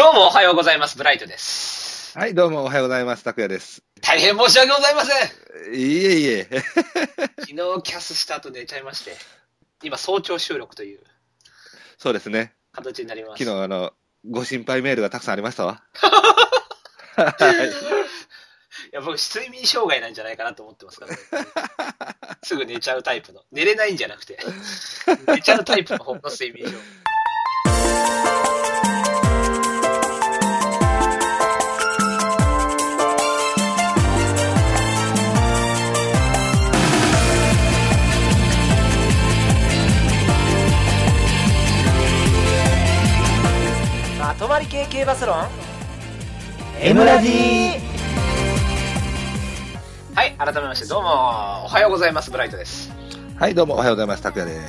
どうもおはようございます。ブライトです。 はい、どうもおはようございます。拓也です。 大変申し訳ございません。 いえいえ。 昨日キャスした後寝ちゃいまして、今早朝収録というそうですね。 形になります。 昨日ご心配メールがたくさんありましたわ。はい。 いや、僕睡眠障害なんじゃないかなと思ってますからね。すぐ寝ちゃうタイプの。寝れないんじゃなくて、寝ちゃうタイプの方の睡眠障害。 まとまり系系バスロン M ラジ。 はい、改めましてどうもおはようございます。ブライトです。 はい、どうもおはようございます。拓也です。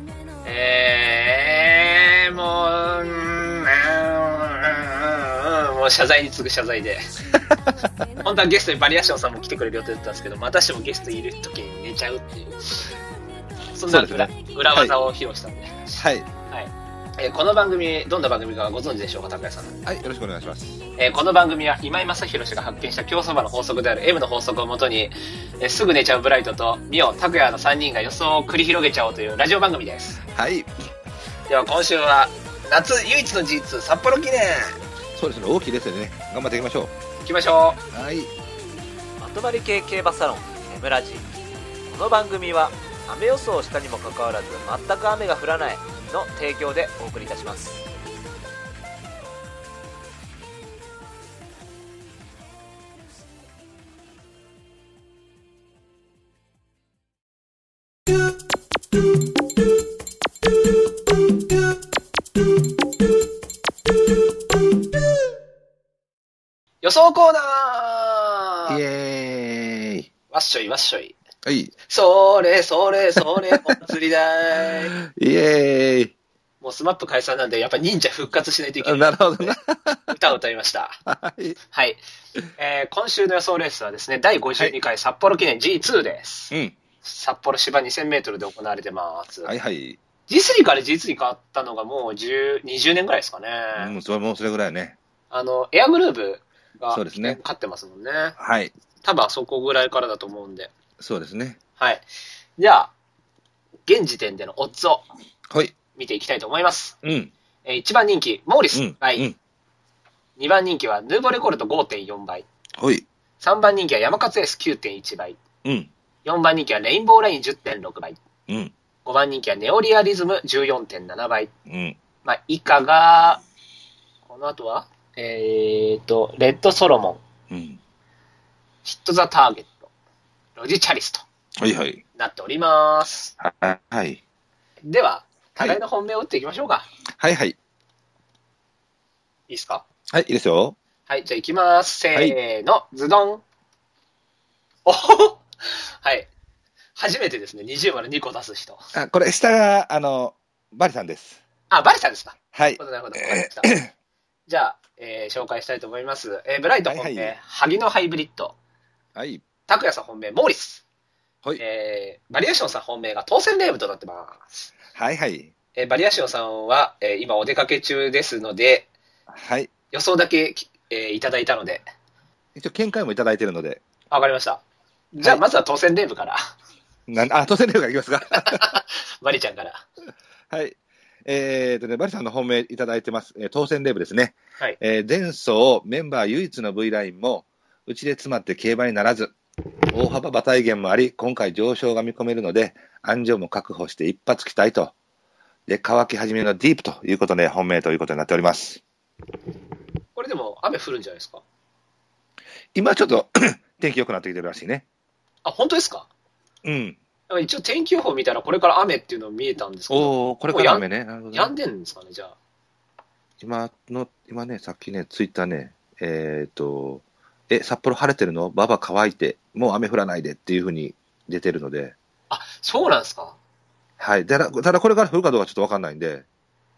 もう謝罪に次ぐ謝罪で本当はゲストにバリアションさんも来てくれる予定だったんですけど、またしてもゲストいる時に寝ちゃうっていう、そんな裏技を披露したんで、 はい。 この番組どんな番組かご存知でしょうか、拓也さん。 はい、よろしくお願いします。 この番組は今井正弘氏が発見した競走馬の法則である M の法則をもとに、すぐ寝ちゃうブライトとミオ、拓也の3人が予想を繰り広げちゃおうというラジオ番組です。 はい。 では今週は夏唯一の G2 札幌記念。 そうですね、大きいですよね。頑張っていきましょう。 行きましょう。はい。 まとまり系系バスロン M ラジ。この番組は雨予想をしたにもかかわらず全く雨が降らないの提供でお送りいたします。 予想コーナー。 イエーイ。 わっしょいわっしょい。 はい。 それそれそれお祭りだーい。 イエーイ。 もうスマップ解散なんでやっぱ忍者復活しないといけない。 なるほどな。 歌を歌いました。 はい。 はい。今週の予想レースはですね、第52回札幌記念 G2 です。 うん。 札幌芝2000メートルで行われてます。 はいはい。 G3 から G2 に変わったのがもう20年ぐらいですかね。 もうそれぐらいね。 エアグルーブがそうですね。 勝ってますもんね。 はい。 多分あそこぐらいからだと思うんで。 そうですね。 はい。じゃあ、現時点でのオッズをはい。 見ていきたいと思います。 うん。 1番人気、モーリス、倍。 うん。 2番人気はヌーボレコルト 5.4 倍。 はい。 3番人気は山勝エース 9.1 倍。 うん。 4番人気はレインボーライン 10.6 倍。 うん。 5番人気はネオリアリズム 14.7 倍。 うん。 まあ、以下が、この後は、レッドソロモン、 うん。 ヒットザターゲット、ロジチャリスとはいはい。 なっております。 はい。 では、互いの本命を打っていきましょうか。 はいはい。 いいですか？ はい、いいですよ。 はい、じゃあ行きます。せーの、ズドン。おほほはい。初めてですね、20丸2個出す人。 これ、下が、バリさんです。 あ、バリさんですか？ はい。 なるほど。わかりました。じゃあ、紹介したいと思います。ブライト本命、 はいはい萩野ハイブリッド。 はい。 拓也さん本命、モーリス。 はい。 バリエーションさん本命が当選レーブとなってます。 はいはい。 バリエーションさんは、今お出かけ中ですので、 はい。 予想だけ、いただいたので。 一応、見解もいただいているので。 わかりました。じゃあ、まずは当選レーブから。 当選レーブからいきますか。 バリちゃんから。 はい。バリさんの本命いただいてます。当選レーブですね。 はい。 前走メンバー唯一の V ラインも、うちで詰まって競馬にならず、大幅馬体減もあり、今回上昇が見込めるので、安城も確保して一発期待と。で、乾き始めのディープということで、本命ということになっております。 これでも雨降るんじゃないですか？ 今ちょっと天気良くなってきてるらしいね。 あ、本当ですか？ うん。 一応天気予報見たらこれから雨っていうの見えたんですけど。 これから雨ね。なるほどね。 止んでんですかね、じゃあ。 今ね、さっきね、ツイッターね、札幌晴れてるの？馬場乾いて、もう雨降らないでっていう風に出てるので。 あ、そうなんですか？ はい。ただこれから降るかどうかちょっとわかんないんで。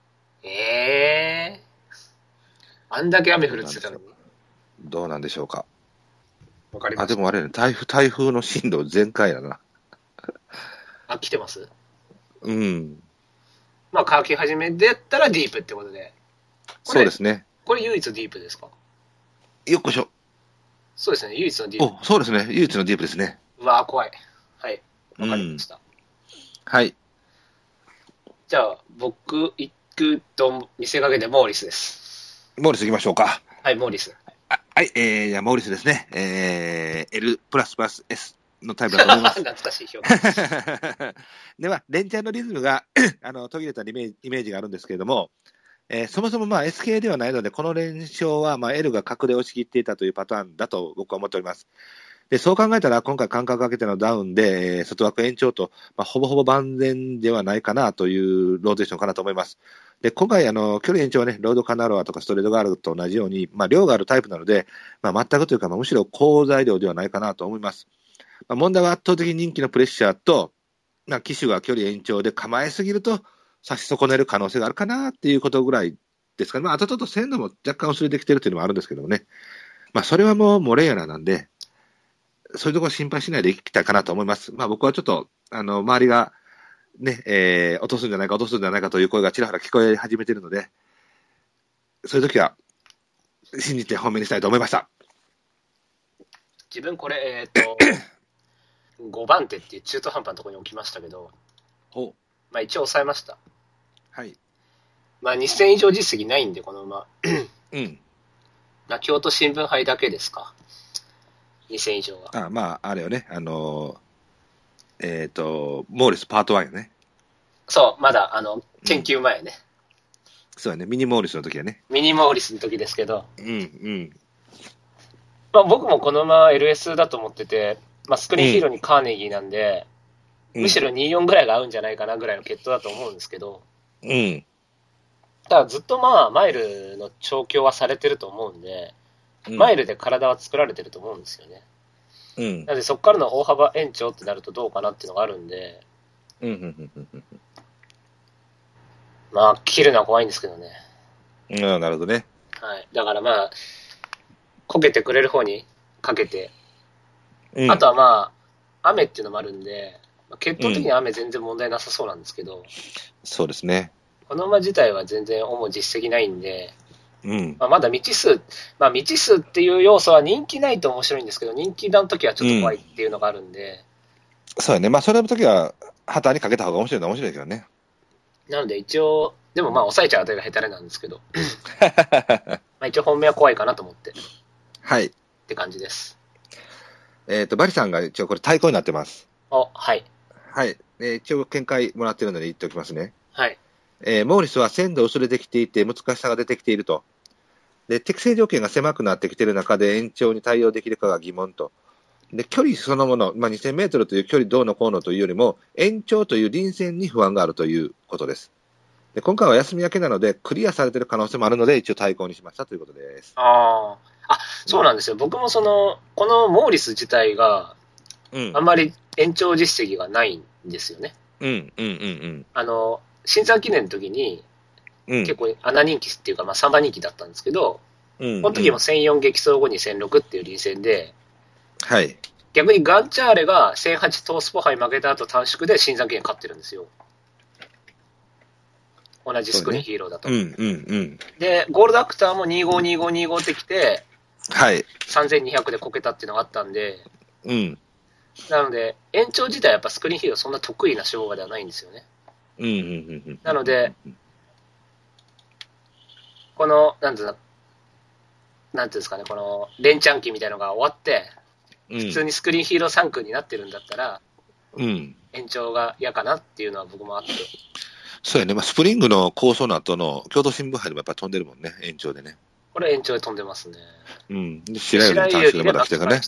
あんだけ雨降るって言ってたのに。 どうなんでしょうか。 わかりました。 でもあれね、台風の進路全開だな。 あ、来てます？ うん。 まあ、乾き始めでやったらディープってことで。 そうですね。 これ唯一ディープですか？ よっこいしょ。 そうですね、唯一のディープ。 お、そうですね。唯一のディープですね。 うわー、怖い。はい。わかりました。 はい。 じゃあ、僕行くと見せかけてモーリスです。 モーリス行きましょうか。 はい、モーリス。 はい、じゃあモーリスですね。L++S のタイプだと思います。 懐かしい表現。 では、連チャンのリズムが途切れたイメージがあるんですけれども、そもそもまあ SK ではないので、この連勝はまあ L が角で押し切っていたというパターンだと僕は思っております。でそう考えたら、今回間隔かけてのダウンで、外枠延長と、まあ、ほぼほぼ万全ではないかなというローテーションかなと思います。で今回、距離延長はね、ロードカナロアとかストレートガールと同じように、まあ、量があるタイプなので、まあ、全くというか、まあ、むしろ好材料ではないかなと思います。まあ、問題は圧倒的人気のプレッシャーと、まあ、機種が距離延長で構えすぎると、差し損ねる可能性があるかなっていうことぐらいですかね。まあ、あとちょっと鮮度も若干薄れてきてるというのもあるんですけどもね。まあ、それはもうレイヤーなんで、そういうところ心配しないでいきたいかなと思います。まあ、僕はちょっと、周りが、ね、落とすんじゃないかという声がちらほら聞こえ始めているので、そういう時は、信じて本命にしたいと思いました。 自分これ、5番手っていう中途半端なところに置きましたけど、まあ一応抑えました。 はい。 まあ2戦以上実績ないんで、この馬。 うん。 まあ京都新聞杯だけですか。2戦以上は。 まあ、あれよね、モーリスパート1よね。 そう、まだ、研究前ね。 そうやね、ミニモーリスの時はね。 ミニモーリスの時ですけど。 うん。 まあ僕もこの馬 LS だと思ってて、まあスクリーンヒーローにカーネギーなんで、むしろ24ぐらいが合うんじゃないかなぐらいの決闘だと思うんですけど。 うん。 ただずっとまあマイルの調教はされてると思うんで、マイルで体は作られてると思うんですよね。 うん。 なのでそこからの大幅延長ってなるとどうかなっていうのがあるんで、まあ切るのは怖いんですけどね。 なるほどね。 はい。だからまあ、こけてくれる方にかけて、あとはまあ、雨っていうのもあるんで、決闘的には雨全然問題なさそうなんですけど、 そうですね。 この馬自体は全然主実績ないんで、 まあ、まだ未知数っていう要素は人気ないと面白いんですけど、人気の時はちょっと怖いっていうのがあるんで、 そうやね。まあそれの時は旗にかけた方が面白いのは面白いけどね。 なので一応、でもまあ抑えちゃうあたりが下手なんですけど、まあ一応本命は怖いかなと思って、 はい。 って感じです。 バリさんが一応これ対抗になってます。 はい。 はい。一応見解もらってるので言っておきますね。 はい。 モーリスは鮮度薄れてきていて難しさが出てきていると。で、適正条件が狭くなってきている中で延長に対応できるかが疑問と。で、距離そのもの、まあ、2000メートルという距離どうのこうのというよりも、延長という臨戦に不安があるということです。で、今回は休み明けなので、クリアされている可能性もあるので、一応対抗にしましたということです。 そうなんですよ。僕もこのモーリス自体が、あんまり延長実績がないんですよね。新山記念の時に、結構穴人気っていうか、まあ3番人気だったんですけど、この時も1004激走後に1006っていう臨戦で、 はい。 逆にガンチャーレが1008トースポ杯負けた後短縮で新山記念勝ってるんですよ。同じスクリーンヒーローだと。で、ゴールドアクターも252525ってきて、 はい。 3200でこけたっていうのがあったんで、なので、延長自体はやっぱスクリーンヒーローそんな得意な勝負ではないんですよね。なので、この、なんていうんですかね、この連チャン期みたいなのが終わって、普通にスクリーンヒーロー3区になってるんだったら、延長が嫌かなっていうのは僕もあって。 そうやね、まあ、スプリングの構想の後の京都新聞杯でもやっぱり飛んでるもんね、延長でね。 これ延長で飛んでますね。 白百合の短縮でまだ来てるからね。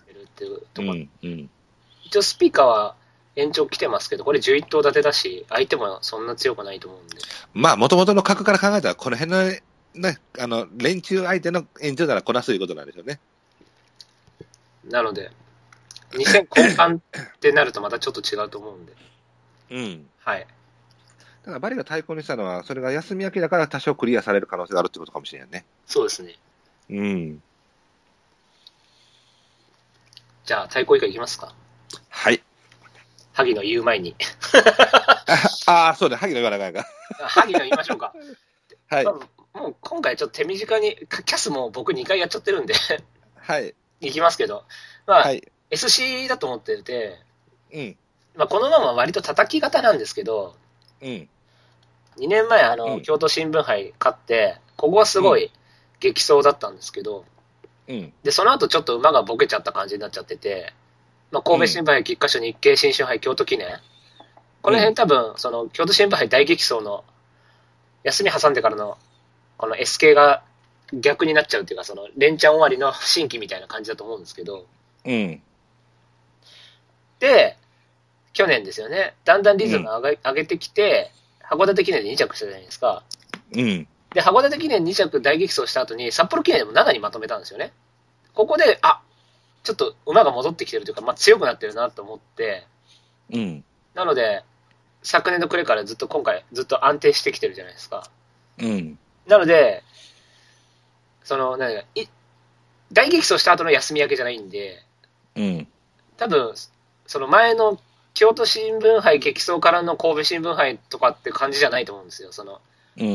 一応スピーカーは延長来てますけど、これ11頭立てだし、相手もそんな強くないと思うんで。 まあ、もともとの格から考えたら、この辺のね、連中相手の延長ならこなすということなんですよね。 なので、2000後半ってなるとまたちょっと違うと思うんで。はい。 だからバリが対抗にしたのは、それが休み明けだから多少クリアされる可能性があるってことかもしれないね。 そうですね。じゃあ、対抗以下いきますか。 はい。 萩野言う前に。 そうだ、萩野言わなあかんか。 萩野言いましょうか。 はい。 もう今回ちょっと手短に、キャスも僕2回やっちゃってるんではい。 いきますけど、まあ、 はい。 SC だと思ってて、 うん。 まあ、このまま割と叩き型なんですけど、 うん。 2年前うん京都新聞杯勝って、ここはすごい激走だったんですけど、 うん。 で、その後ちょっと馬がボケちゃった感じになっちゃってて、まあ、神戸新聞杯、菊花賞、日経新春杯、京都記念、この辺多分、その京都新聞杯大激走の休み挟んでからのこの S 系が逆になっちゃうっていうか、その連チャン終わりの新規みたいな感じだと思うんですけど、 うん。 で、去年ですよね、だんだんリズム上げてきて、函館記念で2着したじゃないですか。 うん。 で、函館記念2着大激走した後に、札幌記念でも7にまとめたんですよね。ここで、ちょっと馬が戻ってきてるというか、まあ、強くなってるなと思って、 うん。 なので、昨年の暮れから今回ずっと安定してきてるじゃないですか。 うん。 なので、大激走した後の休み明けじゃないんで、 うん。 多分、その前の京都新聞杯激走からの神戸新聞杯とかって感じじゃないと思うんですよ。 うん。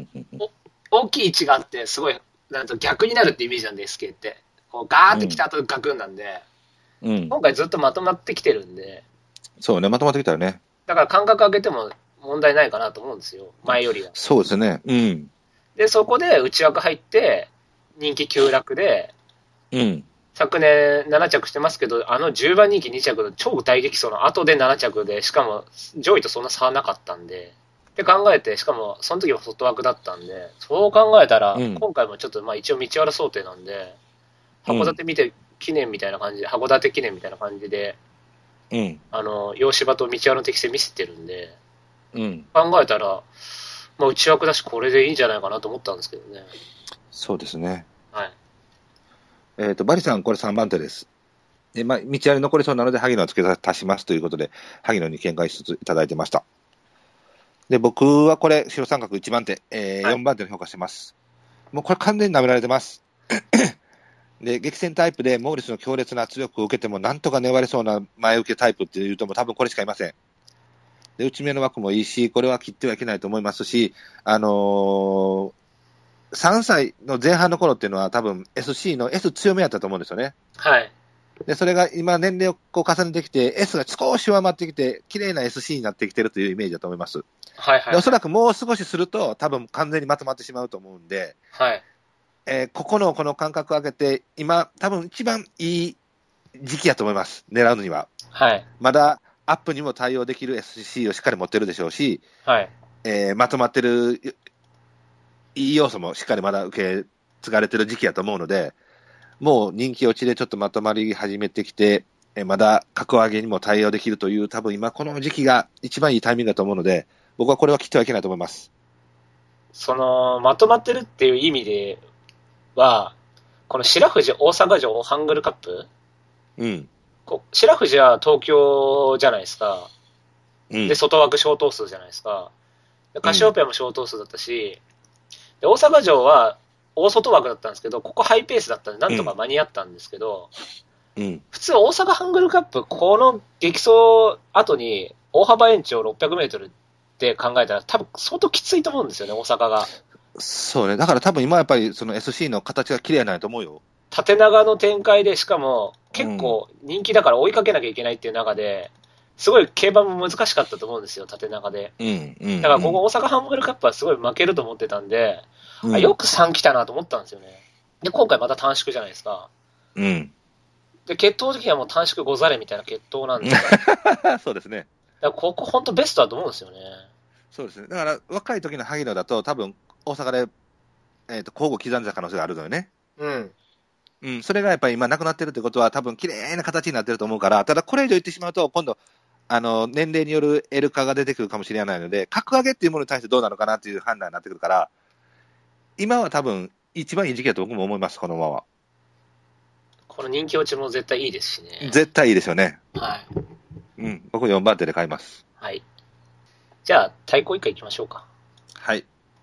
大きい位置があって、すごい、なんと逆になるってイメージなんで、SK って。こうガーって来た後ガクンなんで、 うん。 今回ずっとまとまってきてるんで、 そうね、まとまってきたよね。 だから間隔上げても問題ないかなと思うんですよ、前よりは。 そうですね。うん。 で、そこで内枠入って、人気急落で、 うん。 昨年7着してますけど、10番人気2着の超大激走の後で7着で、しかも上位とそんな差はなかったんで、って考えて、しかもその時は外枠だったんで、そう考えたら、今回もちょっとまあ一応道原想定なんで、函館記念みたいな感じで、函館記念みたいな感じで、 うん。 洋芝と道原の適性見せてるんで、 うん。 考えたら、まあ内枠だしこれでいいんじゃないかなと思ったんですけどね。 そうですね。 はい。 バリさん、これ3番手です。で、まあ、道あり残りそうなので、萩野を付け足しますということで、萩野に見解しつついただいてました。で、僕はこれ、白三角1番手、4番手の評価してます。もうこれ完全に舐められてます。で、激戦タイプでモーリスの強烈な圧力を受けても、なんとか粘れそうな前受けタイプっていうと、もう多分これしかいません。で、内目の枠もいいし、これは切ってはいけないと思いますし、3歳の前半の頃っていうのは多分 SC の S 強めやったと思うんですよね。 はい。 で、それが今年齢をこう重ねてきて、S が少し上回ってきて、綺麗な SC になってきてるというイメージだと思います。 はいはい。 で、おそらくもう少しすると多分完全にまとまってしまうと思うんで、 はい。 ここの間隔を上げて、今多分一番いい時期やと思います。狙うのには。 はい。 まだアップにも対応できる SC をしっかり持ってるでしょうし、 はい。 まとまってるいい要素もしっかりまだ受け継がれてる時期やと思うので、もう人気落ちでちょっとまとまり始めてきて、まだ格上げにも対応できるという、多分今この時期が一番いいタイミングだと思うので、僕はこれは切ってはいけないと思います。 まとまってるっていう意味では、この白富士大阪城ハングルカップ、 うん。 白富士は東京じゃないですか。 うん、 で、外枠小頭数じゃないですか。カシオペアも小頭数だったし、で大阪城は大外枠だったんですけど、ここハイペースだったんで、なんとか間に合ったんですけど、 うん、 普通大阪ハングルカップ、この激走後に大幅延長600メートルって考えたら、多分相当きついと思うんですよね、大阪が。 そうね、だから多分今やっぱりその SC の形が綺麗なんと思うよ。 縦長の展開で、しかも結構人気だから追いかけなきゃいけないっていう中で、すごい競馬も難しかったと思うんですよ、縦長で。だからここ大阪ハングルカップはすごい負けると思ってたんで、よく3来たなと思ったんですよね。で、今回また短縮じゃないですか。 うん。 で、決闘的にはもう短縮ござれみたいな決闘なんで。 そうですね。 だからここ本当ベストだと思うんですよね。 そうですね。だから若い時の萩野だと多分大阪で、交互刻んだ可能性があるのよね。 うん。 うん。それがやっぱり今なくなってるってことは多分綺麗な形になってると思うから、ただこれ以上言ってしまうと今度、年齢による L 化が出てくるかもしれないので、格上げっていうものに対してどうなのかなっていう判断になってくるから、今は多分一番いい時期だと僕も思います、このまま。 この人気落ちも絶対いいですしね。 絶対いいですよね。 はい。 うん。僕4番手で買います。 はい。じゃあ、対抗以下行きましょうか。 はい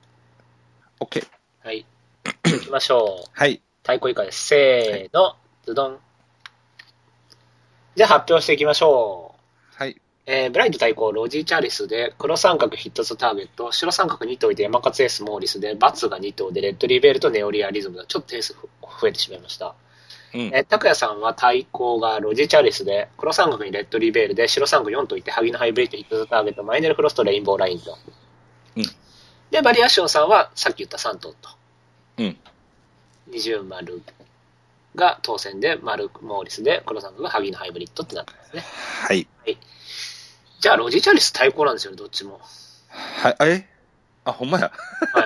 。OK。 はい。行きましょう。 はい。 対抗以下です。せーの、ズドン。じゃあ発表していきましょう。はい。 ブライト対抗ロジー・チャリスで黒三角ヒットズターゲット、白三角2頭いて山勝エースモーリスでバツが2頭でレッドリベールとネオリアリズムがちょっと点数増えてしまいました。拓也さんは対抗がロジー・チャリスで黒三角にレッドリベールで白三角4頭いてハギのハイブリッドヒットズターゲットマイネルフロストレインボーラインと、でバリアッションさんはさっき言った3頭と、二重丸が当選で丸モーリスで黒三角がハギのハイブリッドってなってますね。 はい。 じゃあ、ロジー・チャリス対抗なんですよね、どっちも。 はい、ほんまや。はい、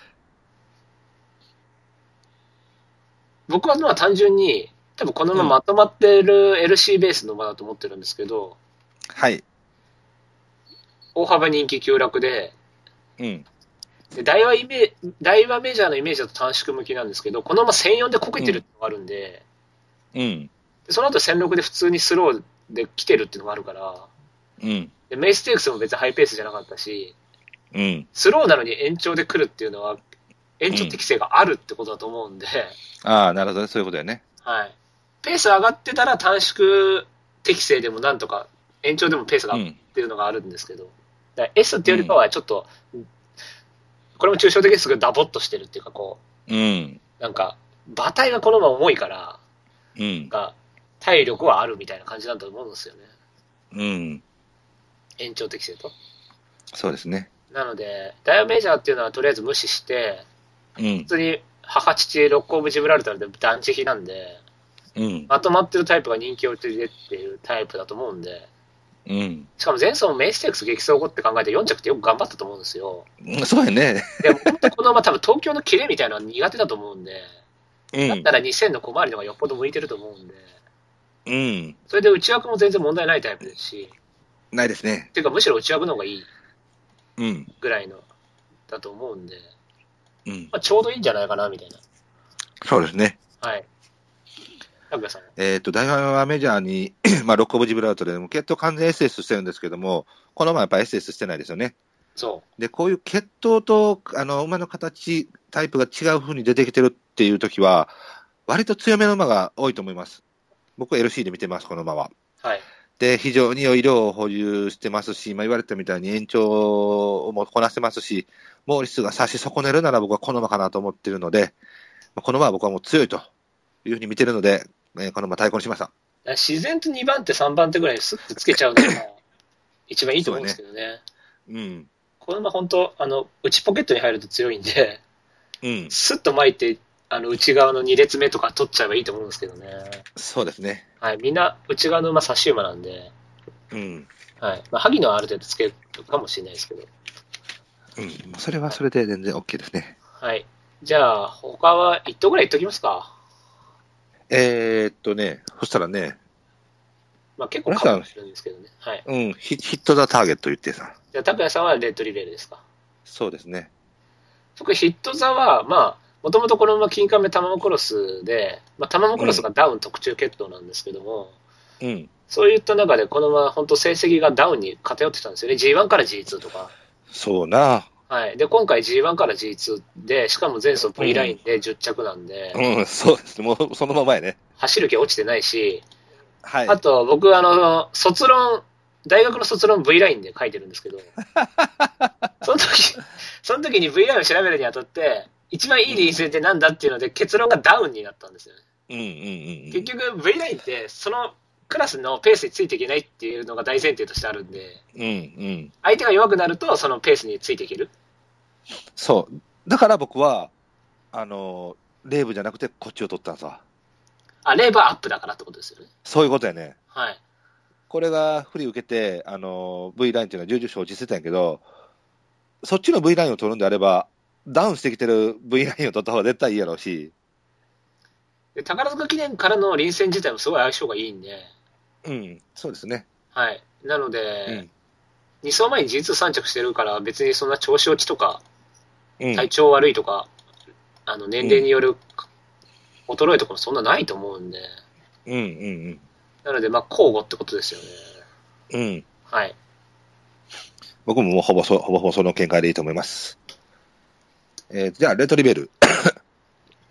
僕はまあ単純に、多分このまままとまってる LC ベースの馬だと思ってるんですけど、 はい。 大幅人気急落で、で大和メジャーのイメージだと短縮向きなんですけど、このまま1004でこけてるってのがあるんで、でその後1006で普通にスローで来てるっていうのがあるから、でメイステークスも別にハイペースじゃなかったし、スローなのに延長で来るっていうのは延長適性があるってことだと思うんで、 なるほどね、そういうことだよね。 はい。ペース上がってたら短縮適性でもなんとか延長でもペースが上がっていうのがあるんですけど、だから S っていうよりかはちょっと、これも抽象的ですけどダボっとしてるっていうかこう、なんか馬体がこのまま重いから、が体力はあるみたいな感じなんだと思うんですよね。延長適性と。 そうですね。 なので、ダイヤメジャーっていうのはとりあえず無視して、普通に母父ロックオブジブラルタルで団地比なんで、まとまってるタイプが人気を取り入れっていうタイプだと思うんで、しかも前走もメイステークス激走後って考えて4着ってよく頑張ったと思うんですよ。 そうやね。 でも本当この馬多分東京のキレみたいなのは苦手だと思うんで、だったら2000の小回りの方がよっぽど向いてると思うんで、それで内枠も全然問題ないタイプですし、 ないですね。 っていうかむしろ内枠の方がいいぐらいのだと思うんで、まあ、ちょうどいいんじゃないかなみたいな。 そうですね。 はい。拓也さん。 ダイヤメジャーに、まあ、ロックオブジブラルタルでも血統完全 SS してるんですけども、この馬やっぱ SS してないですよね。 そう。 で、こういう血統と馬の形、タイプが違う風に出てきてるっていうときは、割と強めの馬が多いと思います。僕は LC で見てます、この馬は。 はい。 で、非常に良い量を保有してますし、言われたみたいに延長もこなしてますし、モーリスが差し損ねるなら僕はこの馬かなと思ってるので、この馬は僕はもう強いというふうに見てるので、この馬対抗にしました。 自然と2番手、3番手ぐらいにスッとつけちゃうのが一番いいと思うんですけどね。この馬本当、内ポケットに入ると強いんで、スッと巻いて、内側の2列目とか取っちゃえばいいと思うんですけどね。そうですね。はい。みんな内側の馬差し馬なんで、はい。まあ、萩野はある程度つけるかもしれないですけど。 それはそれで全然 OK ですね。 はい。じゃあ、他は1頭ぐらい言っときますか。 そしたらね、 まあ結構かもしれないんですけどね。はい。 ヒットザターゲット言ってさ。 じゃあ、拓也さんはレッドリベールですか。 そうですね。 僕、ヒットザは、まあ、もともとこのまま金亀タマモクロスで、まあ、タマモクロスがダウン特注血統なんですけども、そういった中で、このまま本当成績がダウンに偏ってたんですよね。G1 から G2 とか。 そうな。 はい。で、今回 G1 から G2 で、しかも前走 V ラインで10着なんで、 そうです。もうそのままやね。走る気落ちてないし、 はい。 あと、僕、卒論、大学の卒論 V ラインで書いてるんですけど、その時に V ラインを調べるにあたって、一番いいリーズってなんだっていうので結論がダウンになったんですよね。結局 V ラインってそのクラスのペースについていけないっていうのが大前提としてあるんで、相手が弱くなるとそのペースについていける。 そう。だから僕は、レーブじゃなくてこっちを取ったんさ。 レーブはアップだからってことですよね。 そういうことやね。 はい。 これが不利受けて、V ラインっていうのは重々承知してたんやけど、そっちの V ラインを取るんであれば、ダウンしてきてる V ラインを取った方が絶対いいやろうし。 で宝塚記念からの臨戦自体もすごい相性がいいんで。 そうですね。 はい。なので、2走前に G2 3着してるから別にそんな調子落ちとか、体調悪いとか、年齢による衰えとかもそんなないと思うんで。なので、まあ、交互ってことですよね。はい。 僕ももうほぼその見解でいいと思います。じゃあ、レッドリベール。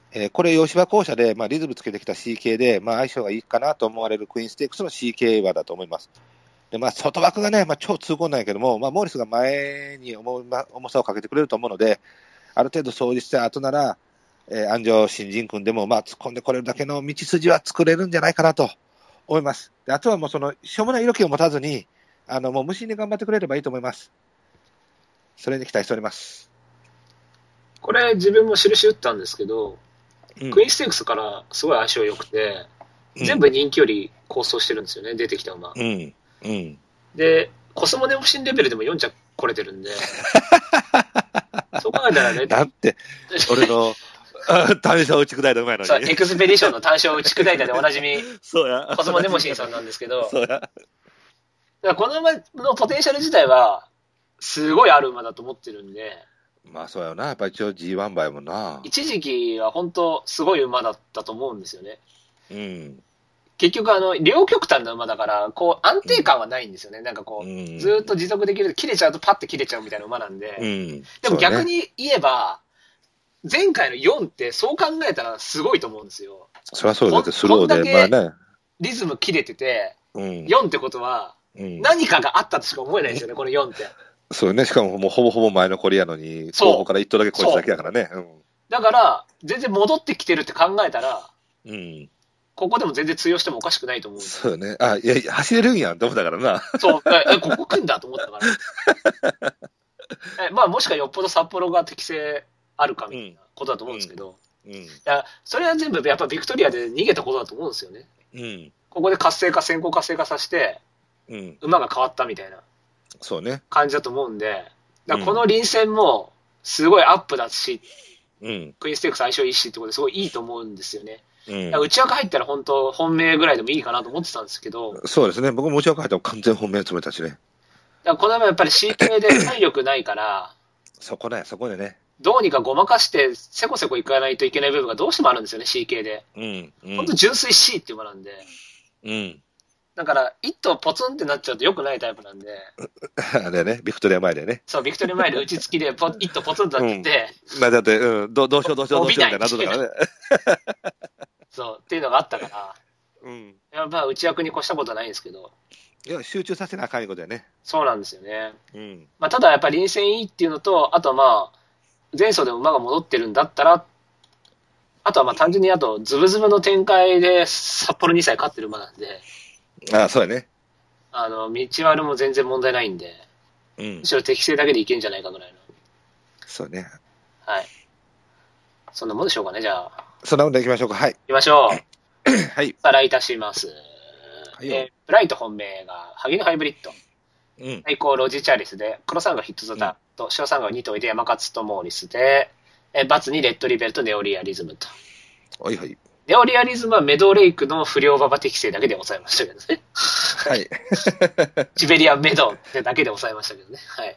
これ、洋芝校舎で、リズムつけてきた CK で、相性がいいかなと思われるクイーンステークスの CK 馬だと思います。で、外枠がね、超痛恨なんやけども、モーリスが前に重さをかけてくれると思うので、ある程度掃除した後なら、安城新人君でも、突っ込んでこれるだけの道筋は作れるんじゃないかなと思います。で、あとはもうしょうもない色気を持たずに、もう無心で頑張ってくれればいいと思います。それに期待しております。 これ、自分も印打ったんですけど、クイーンステークスからすごい相性良くて、全部人気より構想してるんですよね、出てきた馬。で、コスモネオシンレベルでも4着来れてるんで、そう考えたらね。 だって、俺の単勝打ち砕いたうまいのに。 そう、エクスペディションの単勝打ち砕いたでおなじみ、コスモネモシンさんなんですけど、だからこの馬のポテンシャル自体は、すごいある馬だと思ってるんで、 そうやな。やっぱり一応 G1 馬やもんな。 一時期は本当すごい馬だったと思うんですよね。結局両極端な馬だから、安定感はないんですよね。なんかずっと持続できる、切れちゃうとパッて切れちゃうみたいな馬なんで。でも逆に言えば、前回の4ってそう考えたらすごいと思うんですよ。 そりゃそうだってスローで、 ね。リズム切れてて、4ってことは、何かがあったとしか思えないんですよね、この4って。 そうね、しかももうほぼほぼ前のコリアのに、後方から1頭だけこいつだけやからね。 だから、全然戻ってきてるって考えたら、ここでも全然通用してもおかしくないと思うんです。 そうね。いや、走れるんやんと思ったからな。 そう、ここ来んだと思ったから。もしかよっぽど札幌が適性あるかみたいなことだと思うんですけど、それは全部やっぱビクトリアで逃げたことだと思うんですよね。ここで先行活性化させて、馬が変わったみたいな。 そうね。 感じだと思うんで、この臨戦もすごいアップだし、クイーンステークス相性いいしってことですごいいいと思うんですよね。内枠入ったら本当本命ぐらいでもいいかなと思ってたんですけど、 そうですね。僕も内枠入ったら完全本命詰めたしね。 このままやっぱり CK で体力ないから、 そこでね。 どうにかごまかしてせこせこいかないといけない部分がどうしてもあるんですよね、CK で。本当純粋 C っていう馬なんで。だから、一頭ポツンってなっちゃうと良くないタイプなんで。 あれね、ビクトリア前でね。 そう、ビクトリア前で打ち付きで一頭ポツンとなってて。 だって、どうしようみたいな謎だからね。 そう、っていうのがあったから。やっぱ内役に越したことはないんですけど。 いや、集中させなあかんことだよね。 そうなんですよね。ただやっぱり臨戦いいっていうのと、あとは前走でも馬が戻ってるんだったら、あとは単純にズブズブの展開で札幌2歳勝ってる馬なんで。 そうやね。 道悪も全然問題ないんで、むしろ適正だけでいけんじゃないかぐらいの。 そうね。 はい。そんなもんでしょうかね、じゃあ。 そんなもんでいきましょうか。はい。 行きましょう。 はい。 おさらいいたします。ブライト本命が、萩野ハイブリッド。対抗ロジチャリスで、黒サンガヒットゾタと、白サンガ2頭いて山勝とモーリスで、バツにレッドリベルとネオリアリズムと。 はいはい。 ネオリアリズムはメドレイクの不良馬場適正だけで抑えましたけどね。 はい。 シベリアンメドってだけで抑えましたけどね。はい。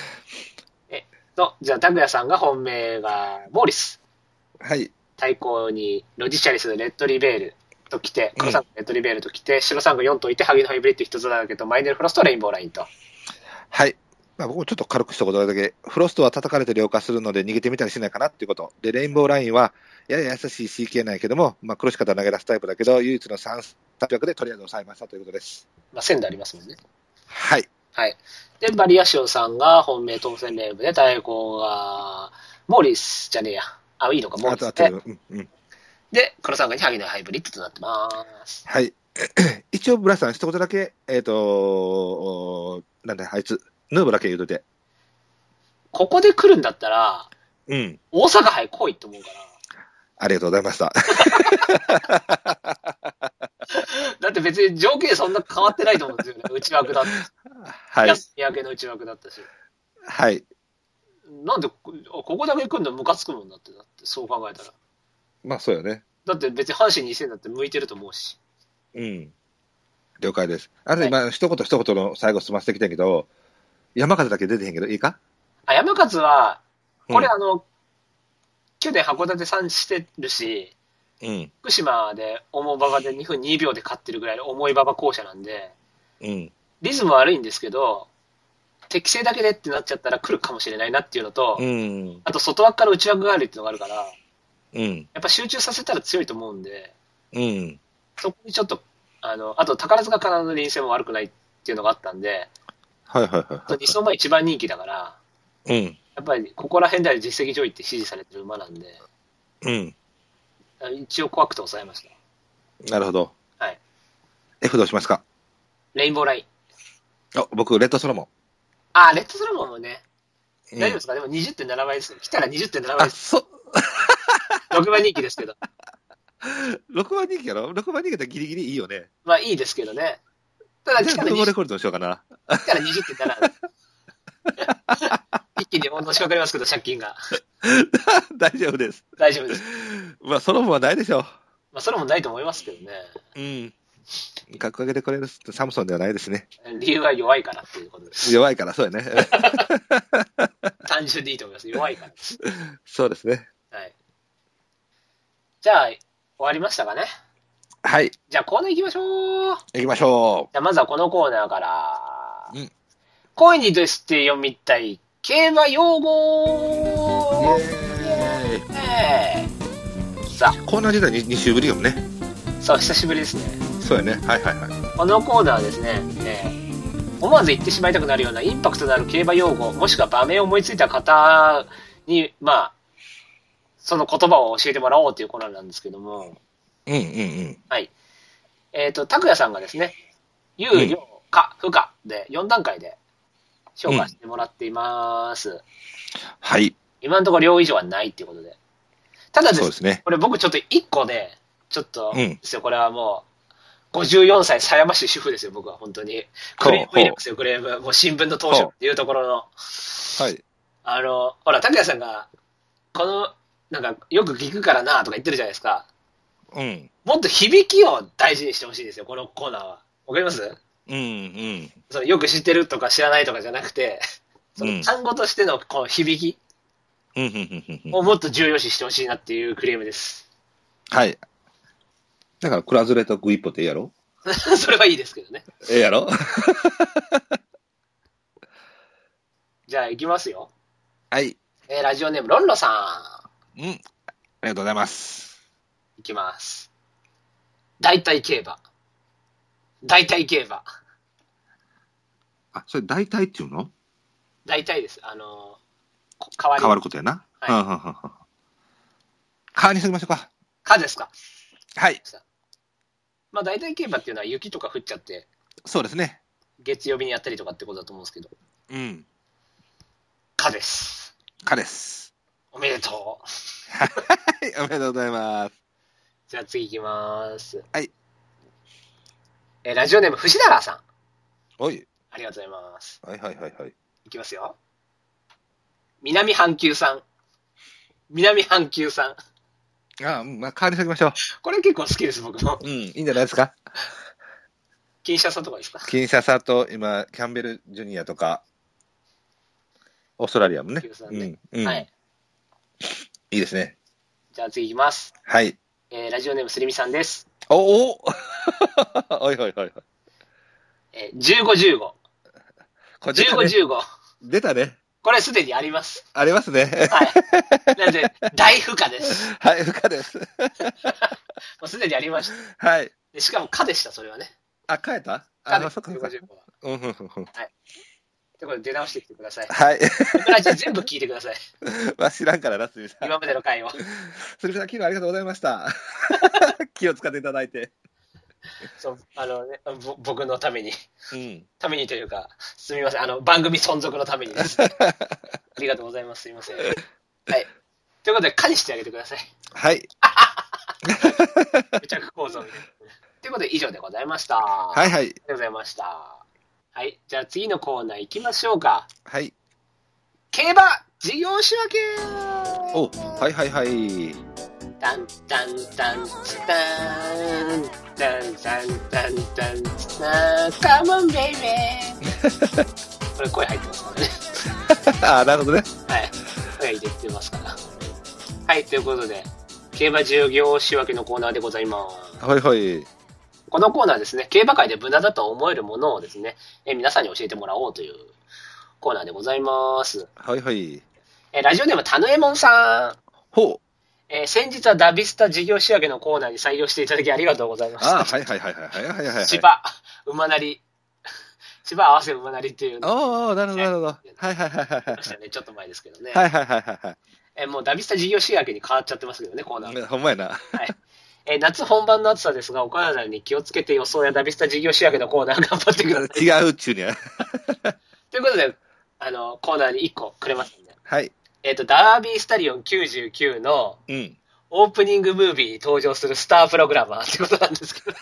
じゃあ、拓也さんが本命がモーリス。 はい。 対抗にロジチャリス、レッドリベールと来て、黒サンガレッドリベールと来て、白サンガ4頭いて、ハギのハイブリッド1つだけと、マイネルフロスト、レインボーラインと。 はい。僕もちょっと軽くしたことだけ、フロストは叩かれて良化するので逃げてみたりしないかなっていうこと。で、レインボーラインは、やや優しい CK ないけども、苦しかったら投げ出すタイプだけど、唯一の3着でとりあえず抑えましたということです。 1000でありますもんね。 はい。 はい。で、バリアシオさんが本命当選レーブで、対抗が、モーリスじゃねえや。いいのか、モーリスで。で、黒サンガにハギのハイブリッドとなってます。 はい。一応、ブラスさん、一言だけ、なんだ、あいつ、ヌーボだけ言うといて。 ここで来るんだったら、大阪杯来いと思うから。 ありがとうございました。 だって別に条件そんな変わってないと思うんですよね。内枠だって。 はい。 休み明けの内枠だったし。 はい。 なんで、ここだけ来るのムカつくもんだって、そう考えたら。 そうよね。 だって別に阪神2000だって向いてると思うし。 了解です。今、一言の最後済ませてきたけど、山風だけ出てへんけど、いいか？ 山勝は、これ去年函館3してるし、福島で重馬場で2分2秒で勝ってるぐらいの重い馬場校舎なんで、リズム悪いんですけど、適正だけでってなっちゃったら来るかもしれないなっていうのと、あと外枠から内枠があるっていうのがあるから、 やっぱ集中させたら強いと思うんで、 うん。 そこにちょっと、あと宝塚からの臨戦も悪くないっていうのがあったんで、 はいはいはい、はい。 2走馬一番人気だから、 うん。 やっぱりここら辺では実績上位って支持されてる馬なんで、 うん。 一応怖くて抑えました。 なるほど。 はい。 F どうしますか？ レインボーライン。 僕、レッドソロモン。 レッドソロモンもね、大丈夫ですか？でも 20.7 倍ですよ。来たら 20.7 倍です。6番人気ですけど。 6番人気やろ？ 6 番人気だったらギリギリいいよね。 まあいいですけどね。ただ来たら 20レコードにしようかな。 来たら 20.7 一気にのしかかりますけど、借金が。 大丈夫です。 大丈夫です。 まあ、ソロモンはないでしょう。 まあ、ソロモンないと思いますけどね。 うん。格上げてくれるサムソンではないですね。 理由は弱いからっていうことです。 弱いから、そうやね。 単純でいいと思います。弱いからです。 そうですね。 はい。じゃあ、終わりましたかね。 はい。 じゃあ、コーナー行きましょう。 行きましょう。 じゃあ、まずはこのコーナーから。恋にですって読みたい競馬用語。イエーイ。さあ。 コーナー自体2週ぶりよね。 そう、久しぶりですね。 そうやね。はいはいはい。 このコーナーはですね、思わず言ってしまいたくなるようなインパクトのある競馬用語、もしくは場面を思いついた方に、まあ、その言葉を教えてもらおうというコーナーなんですけども。 うんうんうん。 はい。拓也さんがですね、有料、可、不可で4段階で評価してもらっています。 はい。 今のところ量以上はないっていうことで。ただですね、 これ僕ちょっと1個で、ちょっとですよ、これはもう、54歳狭山市主婦ですよ、僕は本当に。クレーム入れますよ、クレーム。もう新聞の当初っていうところの。 はい。 ほら、拓也さんが、この、なんか、よく聞くからなとか言ってるじゃないですか。 うん。 もっと響きを大事にしてほしいですよ、このコーナーは。わかります？ うんうん。 そのよく知ってるとか知らないとかじゃなくて、その単語としてのこの響きをもっと重要視してほしいなっていうクレームです。 はい。だから、クラズレとグイッポっていいやろ？ それはいいですけどね。 やろ？ じゃあ、行きますよ。 はい。 ラジオネーム、ロンロさん。 ありがとうございます。 いきます。大体競馬。大体競馬。 それ大体っていうの？ 大体です。 変わることやな。はい。川にしときましょうか。 川ですか。 はい。 まあ大体競馬っていうのは雪とか降っちゃって。 そうですね。 月曜日にやったりとかってことだと思うんですけど。 うん。 蚊です。 蚊です。 おめでとう。 はい、おめでとうございます。 じゃあ次行きます。 はい。 ラジオネーム、藤永さん。 おい。 ありがとうございます。 はいはいはいはい。 いきますよ。南半球さん。南半球さん。 まあ、代わりにしときましょう。 これ結構好きです、僕も。 いいんじゃないですか。 キンシャサとかですか？ キンシャサと、今、キャンベルジュニアとか、オーストラリアもね。はい。いいですね。 じゃあ次行きます。 はい。 ラジオネームすりみさんです。 おはいはいはい。 1515。1515。 出たね。 これすでにあります。 ありますね。 はい。なので、大不可です。 はい、不可です。もうすでにありました。 はい。 でしかも可でした、それはね。 変えた？ そっかそっか。はい。ということで出直してきてください。 はい。 全部聞いてください。 知らんからな、すみさん。 今までの回を。 すみさん、昨日ありがとうございました。気を使っていただいて。 そう、僕のために。ためにというか、すみません。番組存続のためにです。ありがとうございます。すみません。はい。ということで、可にしてあげてください。 はい。 癒着構造みたいな。ということで、以上でございました。 はいはい。ありがとうございました。はい。じゃあ次のコーナー行きましょうか。 はい。 競馬事業仕分け。 はいはいはい。 タンタンタンツタンタンタンタンタンツタンカモンベイベー。これ声入ってますからね。 なるほどね。 はい。声入れてますから。はい。ということで、競馬事業仕分けのコーナーでございます。 はいはい。 このコーナーですね、競馬界で無駄だと思えるものをですね、皆さんに教えてもらおうというコーナーでございます。 はいはい。 ラジオネームたぬえもんさん。 先日はダビスタ事業仕上げのコーナーに採用していただきありがとうございました。 はいはいはいはいはいはい。 千葉、馬なり。千葉合わせ馬なりっていうの。なるほどなるほど。はいはいはいはい。 ましたね、ちょっと前ですけどね。 はいはいはいはい。 もうダビスタ事業仕上げに変わっちゃってますけどね、コーナー。 ほんまやな。 はい。夏本番の暑さですが、お体に気をつけて予想やダビスタ事業仕上げのコーナー頑張ってください。 違うっちゅうにゃ。 ということで、コーナーに1個くれましたんで。 はい。 ダービースタリオン99の、オープニングムービーに登場するスタープログラマーってことなんですけど、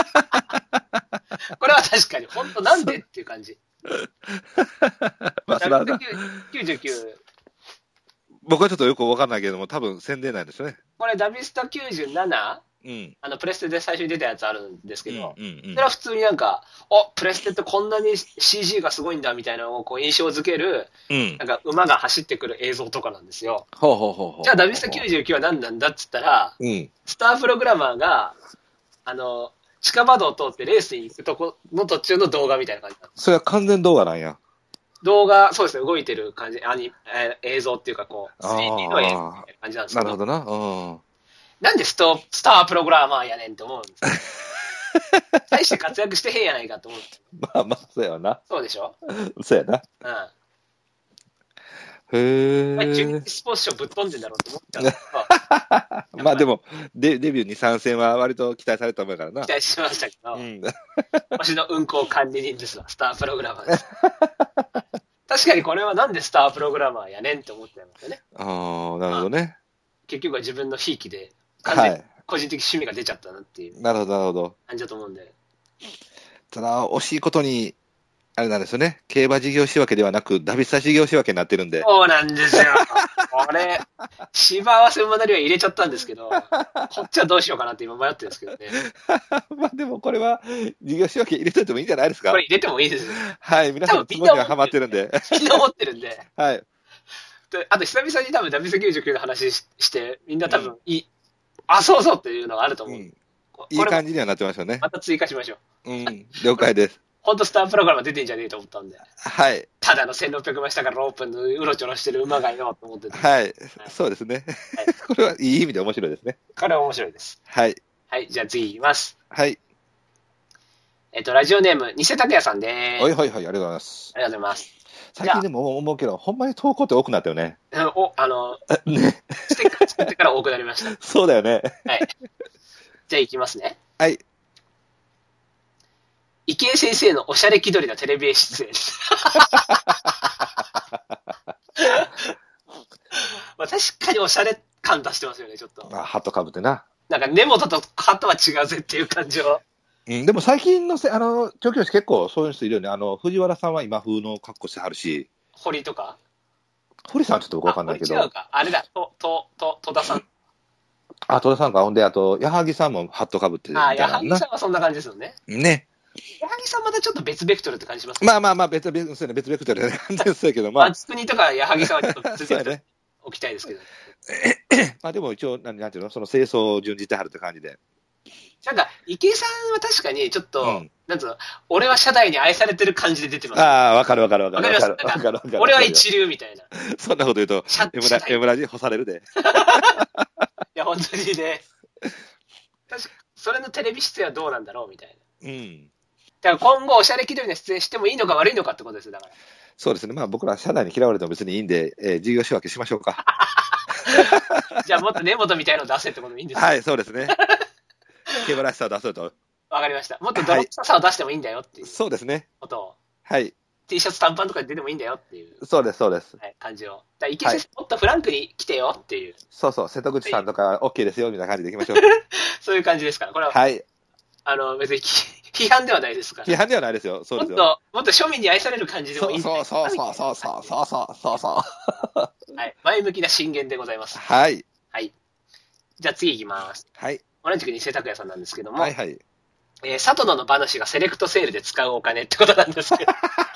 これは確かに、本当なんでっていう感じ。 まあ、それはな。 99。 僕はちょっとよくわかんないけども、多分宣伝なんですよね。 これ、ダビスタ 97？プレステで最初に出たやつあるんですけど、それは普通になんか、プレステってこんなに CG がすごいんだみたいなのをこう印象づける、なんか馬が走ってくる映像とかなんですよ。じゃあダビスタ99は何なんだっつったら、スタープログラマーが、近場道を通ってレースに行くとこの途中の動画みたいな感じなんです。 それは完全動画なんや。 動画、そうですね、動いてる感じ、映像っていうかこう、3D の映像みたいな感じなんですけど。 なるほどな。 なんでスタープログラマーやねんって思うんですよ。大して活躍してへんやないかと思う。 まあまあ、そうやわな。 そうでしょ？ そうやな。へぇ中日スポーツ賞ぶっ飛んでんだろうって思ったんだけど。まあでも、デビュー2、3戦は割と期待されたもんやからな。 期待しましたけど、星の運行管理人ですわ、スタープログラマーです。確かにこれはなんでスタープログラマーやねんって思っちゃいますよね。 なるほどね。 結局は自分のひいきで、完全に個人的趣味が出ちゃったなっていう。 なるほど、なるほど。 感じだと思うんで。 ただ、惜しいことに、あれなんですよね。競馬事業仕分けではなく、ダビスタ事業仕分けになってるんで。 そうなんですよ。これ、芝合わせ馬なりは入れちゃったんですけど、こっちはどうしようかなって今迷ってるんですけどね。 まあでもこれは、事業仕分け入れといてもいいんじゃないですか。 これ入れてもいいですよ。 はい、皆さんのツボにはハマってるんで。 みんな思ってるんで。 はい。 あと久々に多分ダビスタ99の話して、みんな多分そうそうっていうのがあると思う。いい感じにはなってましたね。 また追加しましょう。了解です。 本当スタープログラム出てんじゃねえと思ったんで。 はい。 ただの1600枚下からロープのうろちょろしてる馬がいよと思ってて。 はい。そうですね。これはいい意味で面白いですね。 これは面白いです。 はい。 はい、じゃあ次いきます。 はい。 ラジオネーム、偽拓也さんでーす。 はいはいはい、ありがとうございます。 ありがとうございます。 最近でも思うけど、ほんまに投稿って多くなったよね。 ね。ステッカー作ってから多くなりました。 そうだよね。 はい。じゃあいきますね。 はい。 池江先生のおしゃれ気取りなテレビ出演。まあ確かにおしゃれ感出してますよね、ちょっと。 ハットかぶってな。 なんか根元とハットは違うぜっていう感じを。 でも最近の調教師結構そういう人いるよね。藤原さんは今風の格好してはるし。 堀とか堀さんはちょっとわかんないけど。 違うか。あれだ、戸田さん。 戸田さんか。ほんで、あと、矢作さんもハットかぶってるみたいな。 矢作さんはそんな感じですよね。 ね。 矢作さんまたちょっと別ベクトルって感じしますね。まあ、別ベクトルで完全そうやけど、まあ。 松国とか矢作さんはちょっと別ベクトル置きたいですけど。 まあでも一応、なんていうの、その清掃を順じてはるって感じで。 なんか、池江さんは確かにちょっと、なんつうの、俺は社内に愛されてる感じで出てます。 わかる。 わかります。俺は一流みたいな。 そんなこと言うと、エムラジ干されるで。 いや、本当にね。確かそれのテレビ出演はどうなんだろうみたいな。だから今後、おしゃれ気取りな出演してもいいのか悪いのかってことですよ、だから。 そうですね。まあ僕ら社内に嫌われても別にいいんで、事業仕分けしましょうか。 じゃあもっと根元みたいなの出せってことでいいんですか？ はい、そうですね。毛羽らしさを出そうと。 わかりました。もっと泥臭さを出してもいいんだよっていう。 そうですね。 ことを。 はい。 T シャツ短パンとかで出てもいいんだよっていう。 そうです。はい、 感じを。池江先生、もっとフランクに来てよっていう。 そう、瀬戸口さんとか OK ですよみたいな感じでいきましょう。 そういう感じですから。これは。はい。別に批判ではないですから。 批判ではないですよ。そうですよ。 もっと庶民に愛される感じでもいいんだよ。そう。はい。前向きな進言でございます。 はい。 じゃあ次いきます。 はい。 同じく偽拓也さんなんですけども。 はい。 佐藤の馬主がセレクトセールで使うお金ってことなんですけど。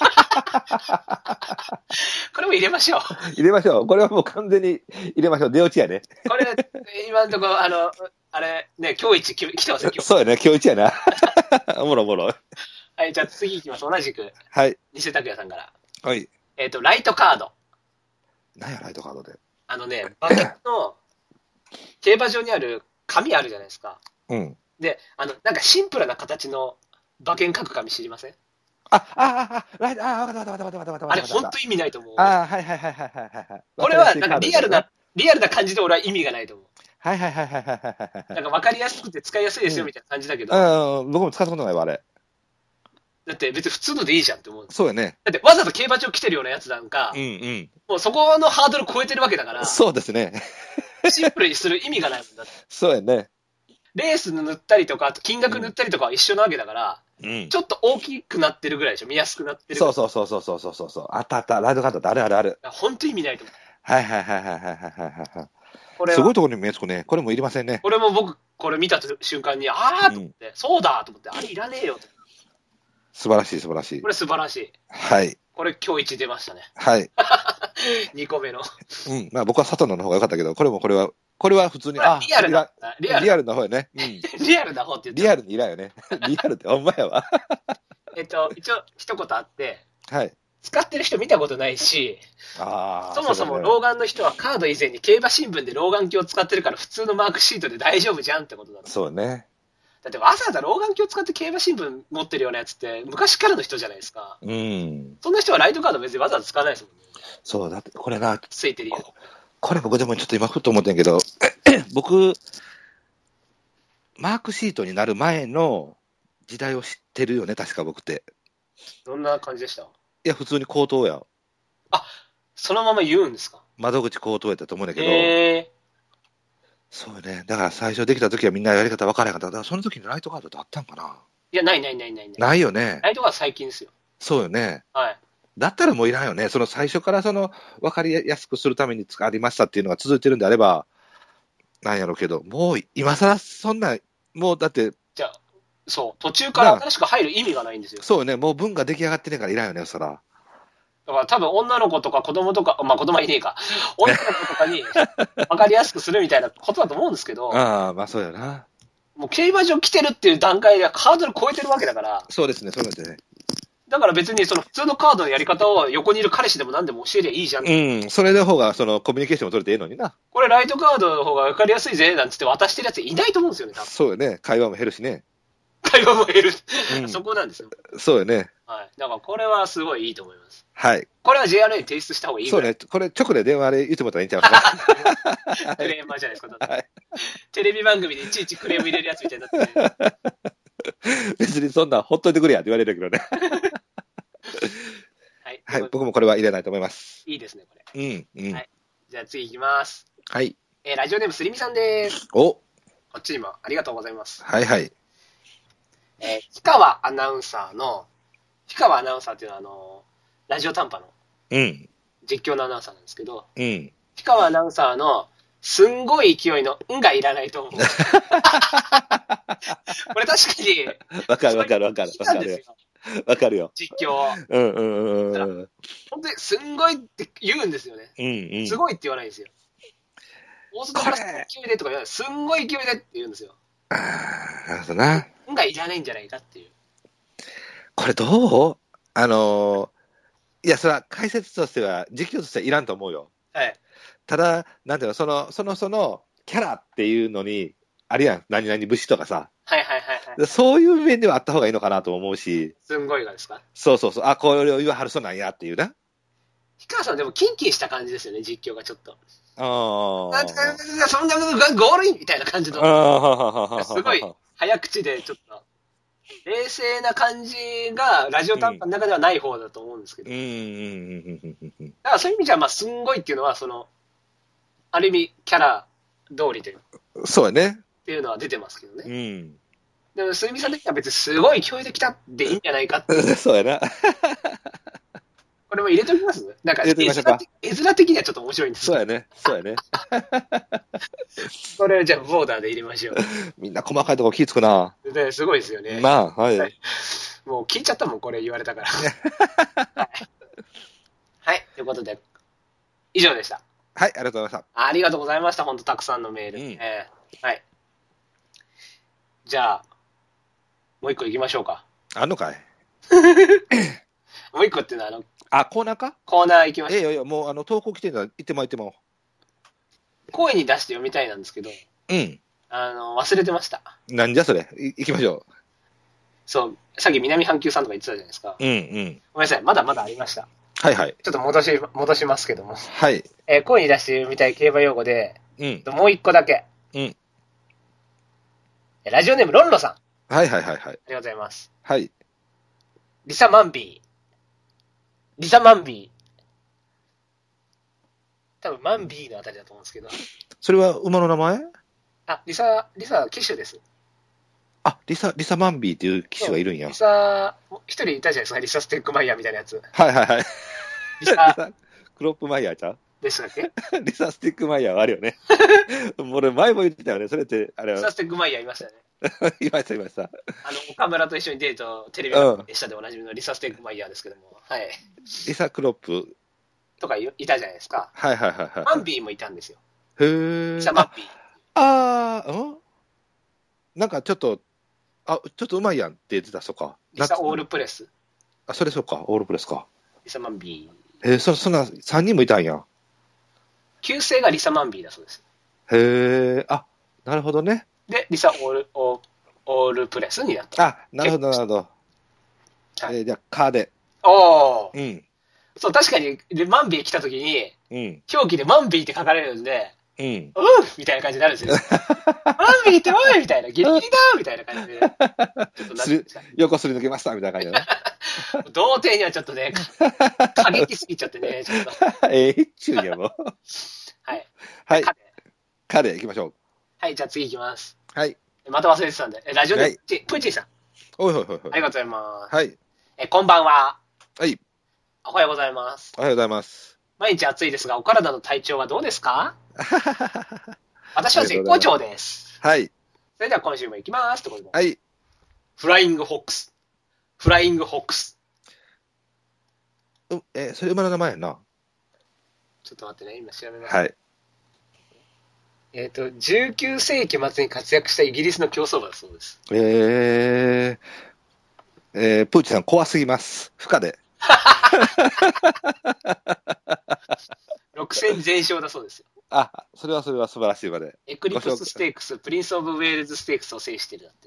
これも入れましょう。 入れましょう。これはもう完全に入れましょう。出落ちやね。 これ、今のところ、あれ、ね、今日一来てますよ、今日。 そうやね、今日一やな。おもろ。 はい、じゃあ次いきます。同じく。 はい。 偽拓也さんから。 はい。 ライトカード。 何や、ライトカードで。 馬券の、 競馬場にある紙あるじゃないですか。 うん。 で、なんかシンプルな形の馬券書く紙知りません？ わかったわかったわかったわかったわかった。 あれ、ほんと意味ないと思う。 はいはいはいはいはい。 これは、なんかリアルな感じで俺は意味がないと思う。 はいはいはいはいはい。 なんか分かりやすくて使いやすいですよみたいな感じだけど。 僕も使ったことないわ、あれ。 だって別に普通のでいいじゃんって思う。 そうよね。 だってわざわざ競馬場来てるようなやつなんか、もうそこのハードル超えてるわけだから。 そうですね。 シンプルにする意味がないもんだって。 そうやね。 レース塗ったりとか、あと金額塗ったりとかは一緒なわけだから、ちょっと大きくなってるぐらいでしょ、見やすくなってる。 そう。あった。ライドカードってある。 本当意味ないと思う。 はい。すごいところに目つくね。これもいりませんね。 これも僕、これ見た瞬間に、あーと思って、そうだと思って、あれいらねえよと。 素晴らしい。これ素晴らしい。 はい。 これ今日1出ましたね。 はい。 2個目の。 まあ僕はサトノの方が良かったけど、これは普通に、 リアルな方やね。 リアルな方って言ってリアルにいらんよね。リアルってほんまやわ。 一応一言あって、 はい。 使ってる人見たことないし、そもそも老眼の人はカード以前に競馬新聞で老眼鏡を使ってるから普通のマークシートで大丈夫じゃんってことだ。 そうね。 だってわざわざ老眼鏡を使って競馬新聞持ってるようなやつって昔からの人じゃないですか。そんな人はライトカード別にわざわざ使わないですもんね。 そう、だってこれな、 ついてるよ。 これ僕でもちょっと今ふっと思ってんけど、僕、マークシートになる前の時代を知ってるよね、確か僕って。 どんな感じでした？ いや、普通に口頭や。 あ、そのまま言うんですか？ 窓口口頭やったと思うんだけど。そうね。だから最初できた時はみんなやり方分からへんかった。だからその時にライトカードってあったんかな？ いや、ない。 ないよね。 ライトカード最近ですよ。 そうよね。 はい。 だったらもういらんよね。その最初から分かりやすくするためにありましたっていうのが続いてるんであれば、なんやろうけど、もう今更そんな、もうだって。 じゃあ、そう、途中から新しく入る意味がないんですよ。 そうよね。もう文が出来上がってねえからいらんよね、そら。 だから多分女の子とか子供とか、まあ子供はいねえか。女の子とかに分かりやすくするみたいなことだと思うんですけど。 まあそうやな。 もう競馬場来てるっていう段階でハードル超えてるわけだから。 そうですね。 だから別にその普通のカードのやり方を横にいる彼氏でも何でも教えりゃいいじゃん。 それの方がそのコミュニケーションも取れていいのにな。 これライトカードの方が分かりやすいぜなんつって渡してるやついないと思うんですよね、多分。 そうよね。会話も減るしね。 会話も減る。そこなんですよ。 そうよね。 はい。だからこれはすごいいいと思います。 はい。 これは JRA に提出した方がいいぐらい。 そうね。これ直で電話で言ってもらったらいいんちゃうかな。クレーマーじゃないですか。はい、テレビ番組でいちいちクレーム入れるやつみたいになってる。 別にそんなほっといてくれやって言われるけどね。はい。僕もこれは入れないと思います。 いいですね、これ。 はい。じゃあ次行きます。 はい。 ラジオネームすりみさんです。 こっちにもありがとうございます。 はい。 氷川アナウンサーっていうのはラジオ短波の実況のアナウンサーなんですけど、氷川アナウンサーのすんごい勢いのんがいらないと思う。これ確かに。 わかる。わかるよ。 実況。本当にすんごいって言うんですよね。すごいって言わないんですよ。大須の勢いでとか言わない。すんごい勢いでって言うんですよ。 なるほどな。 んがいらないんじゃないかっていう。 これどう？いや、それは解説としては、実況としてはいらんと思うよ。 はい。 ただ、なんていうの、そのキャラっていうのに、あるやん、何々節とかさ。 はい。 そういう面ではあった方がいいのかなと思うし。 すんごいがですか？ そう。あ、これを言わはるそうなんやっていうな。 氷川さんでもキンキンした感じですよね、実況がちょっと。そんなゴールインみたいな感じの。すごい早口でちょっと。冷静な感じがラジオ短波の中ではない方だと思うんですけど。だからそういう意味じゃ、まあ、すんごいっていうのは、ある意味、キャラ通りという。 そうやね。 っていうのは出てますけどね。でも、すみさん的には別にすごい勢いで来たっていいんじゃないかって。 そうやな。 これも入れときます？なんか、絵面的にはちょっと面白いんですそうやね。 これじゃあ、ボーダーで入れましょう。 みんな細かいとこ気ぃつくな。 すごいですよね。 はい。 もう聞いちゃったもん、これ言われたから。はい。ということで、以上でした。 はい、ありがとうございました。 ありがとうございました。本当たくさんのメール。はい。じゃあ、もう一個行きましょうか。 あんのかいもう一個っていうのはコーナーか？ コーナー行きましょう。 いや、もう投稿来てるのは行ってまう。 声に出して読みたいなんですけど、 うん。 忘れてました。 なんじゃそれ。行きましょう。 そう、さっき南半球さんとか言ってたじゃないですか。 うんうん。 ごめんなさい、まだまだありました。 はいはい。 ちょっと戻しますけども。 はい。 声に出して読みたい競馬用語で、 うん。 もう一個だけ。 うん。 ラジオネームロンロさん。 はいはいはいはい。 ありがとうございます。 はい。 リサマンビー。リサマンビー。多分マンビーのあたりだと思うんですけど。 それは馬の名前？ リサ騎手です。 リサマンビーっていう騎手がいるんや。 一人いたじゃないですか、リサステックマイヤーみたいなやつ。 はいはいはい。リサクロップマイヤーちゃうでしたっけ？ リサスティックマイヤーはあるよね。俺前も言ってたよね。それって、あれは。 リサステックマイヤーいましたよね。 いました。 岡村と一緒にデート、テレビでしたでおなじみのリサステックマイヤーですけども。はい。 リサクロップ。 とかいたじゃないですか。 はいはいはいはい。 マンビーもいたんですよ。 へー。 リサマンビー。 なんかちょっとうまいやんって言ってた、そうか。 リサオールプレス。 それそうか、オールプレスか。 リサマンビー。 そんな3人もいたんや。 旧姓がリサマンビーだそうです。 へー。なるほどね。 で、リサオールプレスになった。 なるほどなるほど。はい、じゃあ、カーで。 うん。そう、確かに、マンビー来た時に、表記でマンビーって書かれるんで、みたいな感じになるんですよ。マンビーっておいみたいな、ギリギリだみたいな感じで。ちょっと横すり抜けましたみたいな感じだね。 童貞にはちょっとね、過激すぎちゃってね、ちょっと。 ちゅうやもう。 はい。 はい。カで行きましょう。 はい、じゃあ次行きます。 はい。 また忘れてたんで、ラジオで、プーチンさん。 おい。 ありがとうございます。 はい。 こんばんは。 はい。 おはようございます。 おはようございます。 毎日暑いですが、お体の体調はどうですか？私は絶好調です。 はい。 それでは今週も行きます。 はい。 フライングホックス。フライングホックス。 それ馬の名前やな。 ちょっと待ってね、今調べます。 はい。 19世紀末に活躍したイギリスの競走馬だそうです。 プーチンさん怖すぎます。負荷で。 6戦全勝だそうですよ。 それは素晴らしい馬で。 エクリプスステークス、プリンスオブウェールズステークスを制してるだって。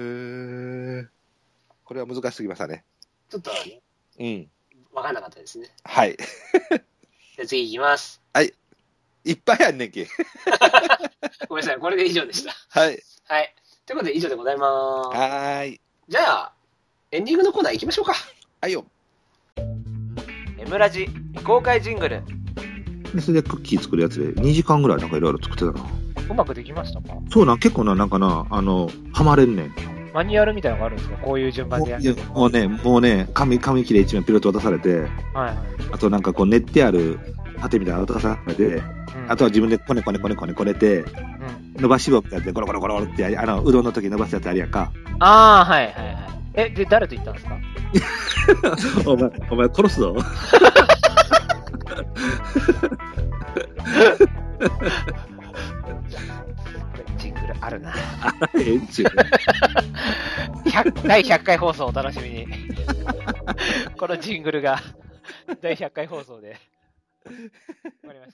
これは難しすぎましたね。 ちょっとね。分かんなかったですね。 はい。 じゃあ次行きます。 はい。いっぱいあんねんけ。 ごめんなさい、これで以上でした。 はい。 はい。ということで以上でございます。 はい。 じゃあ、エンディングのコーナー行きましょうか。 はいよ。 エムラジ未公開ジングル。 それでクッキー作るやつで2時間ぐらいなんかいろいろ作ってたな。 うまくできましたか？ そうな、結構なんかな、ハマれんねん。 マニュアルみたいなのがあるんですか？こういう順番でやる。 もうね、紙切れ一枚ピロッと渡されて、あとなんかこう練ってある縦みたいなの渡されて、あとは自分でこねて、伸ばし棒みたいなでゴロゴロゴロってうどんの時伸ばすやつあるやんか。 はい。で、誰と言ったんですか？ お前殺すぞ。 ジングルあるな。 第 100回放送お楽しみに。このジングルが第100回放送で終わりました。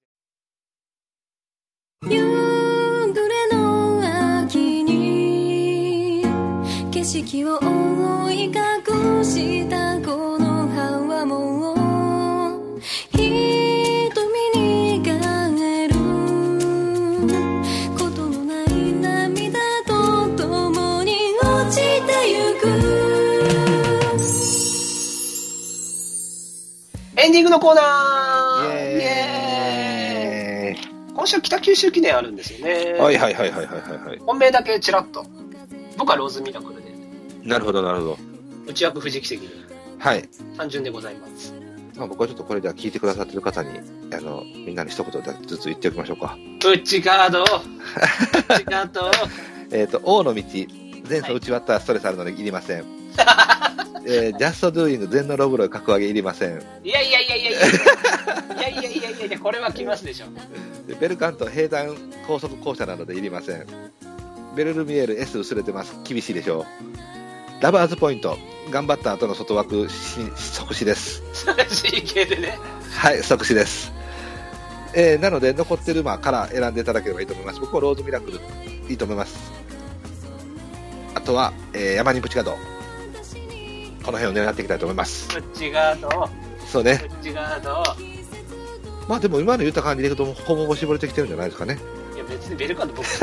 夕暮れの秋に景色を覆い隠したこの葉はもう瞳に変えることのない涙と共に落ちてゆく。 エンディングのコーナー。 イエーイ。 今週北九州記念あるんですよね。 はい。 本命だけチラッと。僕はローズミラクルで。 なるほど。 内枠富士奇跡。 はい。 単純でございます。 僕はちょっとこれでは聞いてくださってる方に、みんなに一言ずつ言っておきましょうか。 内ガード。 王の道、前走打ち割ったストレスあるのでいりません。ジャストドゥーイング、全のロブロ格上げいりません。 いや、これは来ますでしょ。 ベルカント、平坦高速校舎なのでいりません。ベルルミエール S 薄れてます。厳しいでしょう。ラバーズポイント、頑張った後の外枠即死です。 CK でね。 はい、即死です。 なので残ってるカラー選んでいただければいいと思います。僕はローズミラクルいいと思います。あとは、山にプチガード、この辺を狙っていきたいと思います。 プチガード、 そうね。 プチガード。 でも今の言った感じでいくとほぼほぼ絞れてきてるんじゃないですかね。 いや別にベルカント僕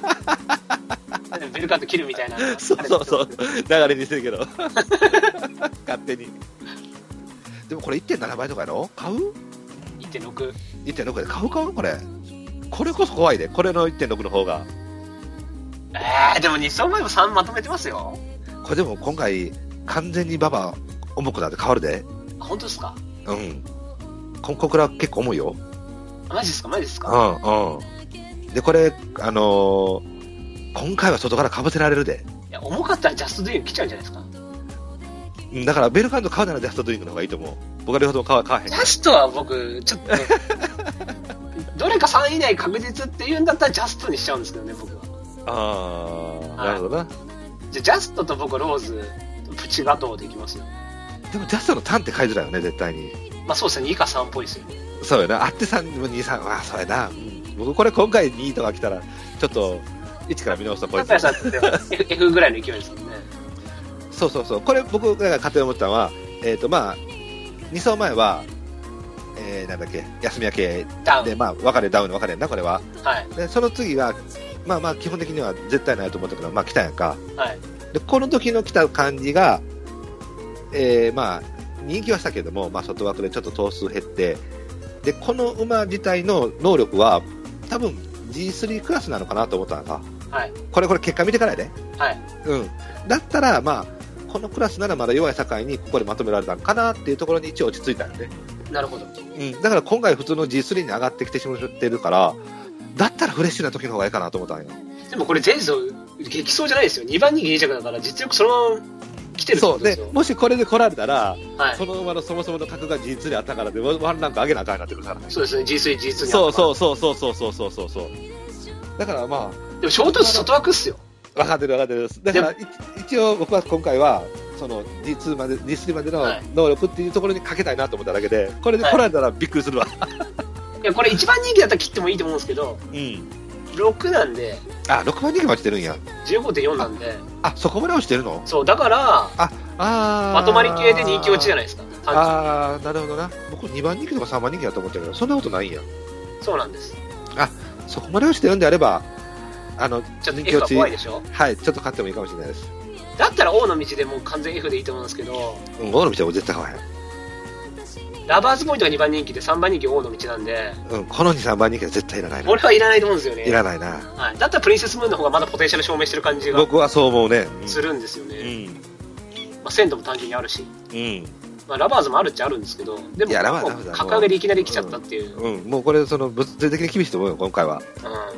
ベルカント切るみたいな。 そう流れにしてるけど勝手に。でもこれ 1.7 倍とかやろ。買う？ 1.6 1.6 で買うこれこそ怖いで、これの 1.6 の方が。 でも2層前も3まとめてますよ。 これでも今回完全にババ重くなって変わるで。 本当ですか？ うん、ここから結構重いよ。 マジですか？マジですか？ でこれ今回は外から被せられるで。 いや重かったらジャストドゥイング来ちゃうんじゃないですか？ だからベルカント買うならジャストドゥイングの方がいいと思う。僕は両方とも買わへん。 ジャストは僕ちょっとどれか3位以内確実っていうんだったらジャストにしちゃうんですけどね、僕は。 なるほどな。 じゃあジャストと僕ローズプチガトーでいきますよ。 でもジャストのターンって買いづらいよね、絶対に。 そうですね、2か3っぽいですよ。 そうよな。あって3、2、3、そうやな。僕これ今回2とか来たらちょっっと一から見直すとこいつ高谷さんって F ぐらいの勢いですもんね。 そうこれ僕が勝手に思ったのは2走前はなんだっけ休み明けで分かれダウンの分かれんなこれは、 はい、 でその次が基本的には絶対ないと思ったけど来たやんか、 はい、 でこの時の来た感じが人気はしたけども外枠でちょっと頭数減ってでこの馬自体の能力は多分 G3 クラスなのかなと思ったのか、 はい、 これ結果見てからやで、 はい、 だったらこのクラスならまだ弱い境にここでまとめられたのかなっていうところに一応落ち着いたよね。 なるほど、 だから今回普通の G3 に上がってきてしまってるからだったらフレッシュな時の方がいいかなと思ったんよ。 でもこれ前走激走じゃないですよ。2番人気2着だから実力そのまま来てるってことですよ。 そうでもしこれで来られたら、 はい、その馬のそもそもの格が G2 であったからでワンランク上げなあかんなってくるからね。 そうですね G3 にそうだからでもショート外枠っすよ。 分かってるだから一応僕は今回はその G2 まで G3 までの能力っていうところにかけたいなと思っただけでこれで来られたらびっくりするわ、 いやこれ1番人気だったら切ってもいいと思うんですけど、6なんで 6番人気も落ちてるんや。 15.4 なんでそこまで落ちてるの。 そうだからまとまり系で人気落ちじゃないですか。 なるほどな。僕2番人気とか3番人気だと思ってるけどそんなことないんや。 そうなんです。 そこまで落ちてるんであればちょっと F が怖いでしょ。 はいちょっと買ってもいいかもしれないです。 だったら王の道でもう完全 F でいいと思うんですけど、 王の道は絶対買わへん。 ラバーズポイントが2番人気で3番人気王の道なんで、 この2、3番人気は絶対いらないな。 俺はいらないと思うんですよね。 いらないな、 はい、だったらプリンセスムーンの方がまだポテンシャル証明してる感じが僕はそう思うね、 するんですよね。鮮度も単純にあるし、ラバーズもあるっちゃあるんですけど、でも格上げでいきなり来ちゃったっていう、 もうこれ物理的に厳しいと思うよ今回は。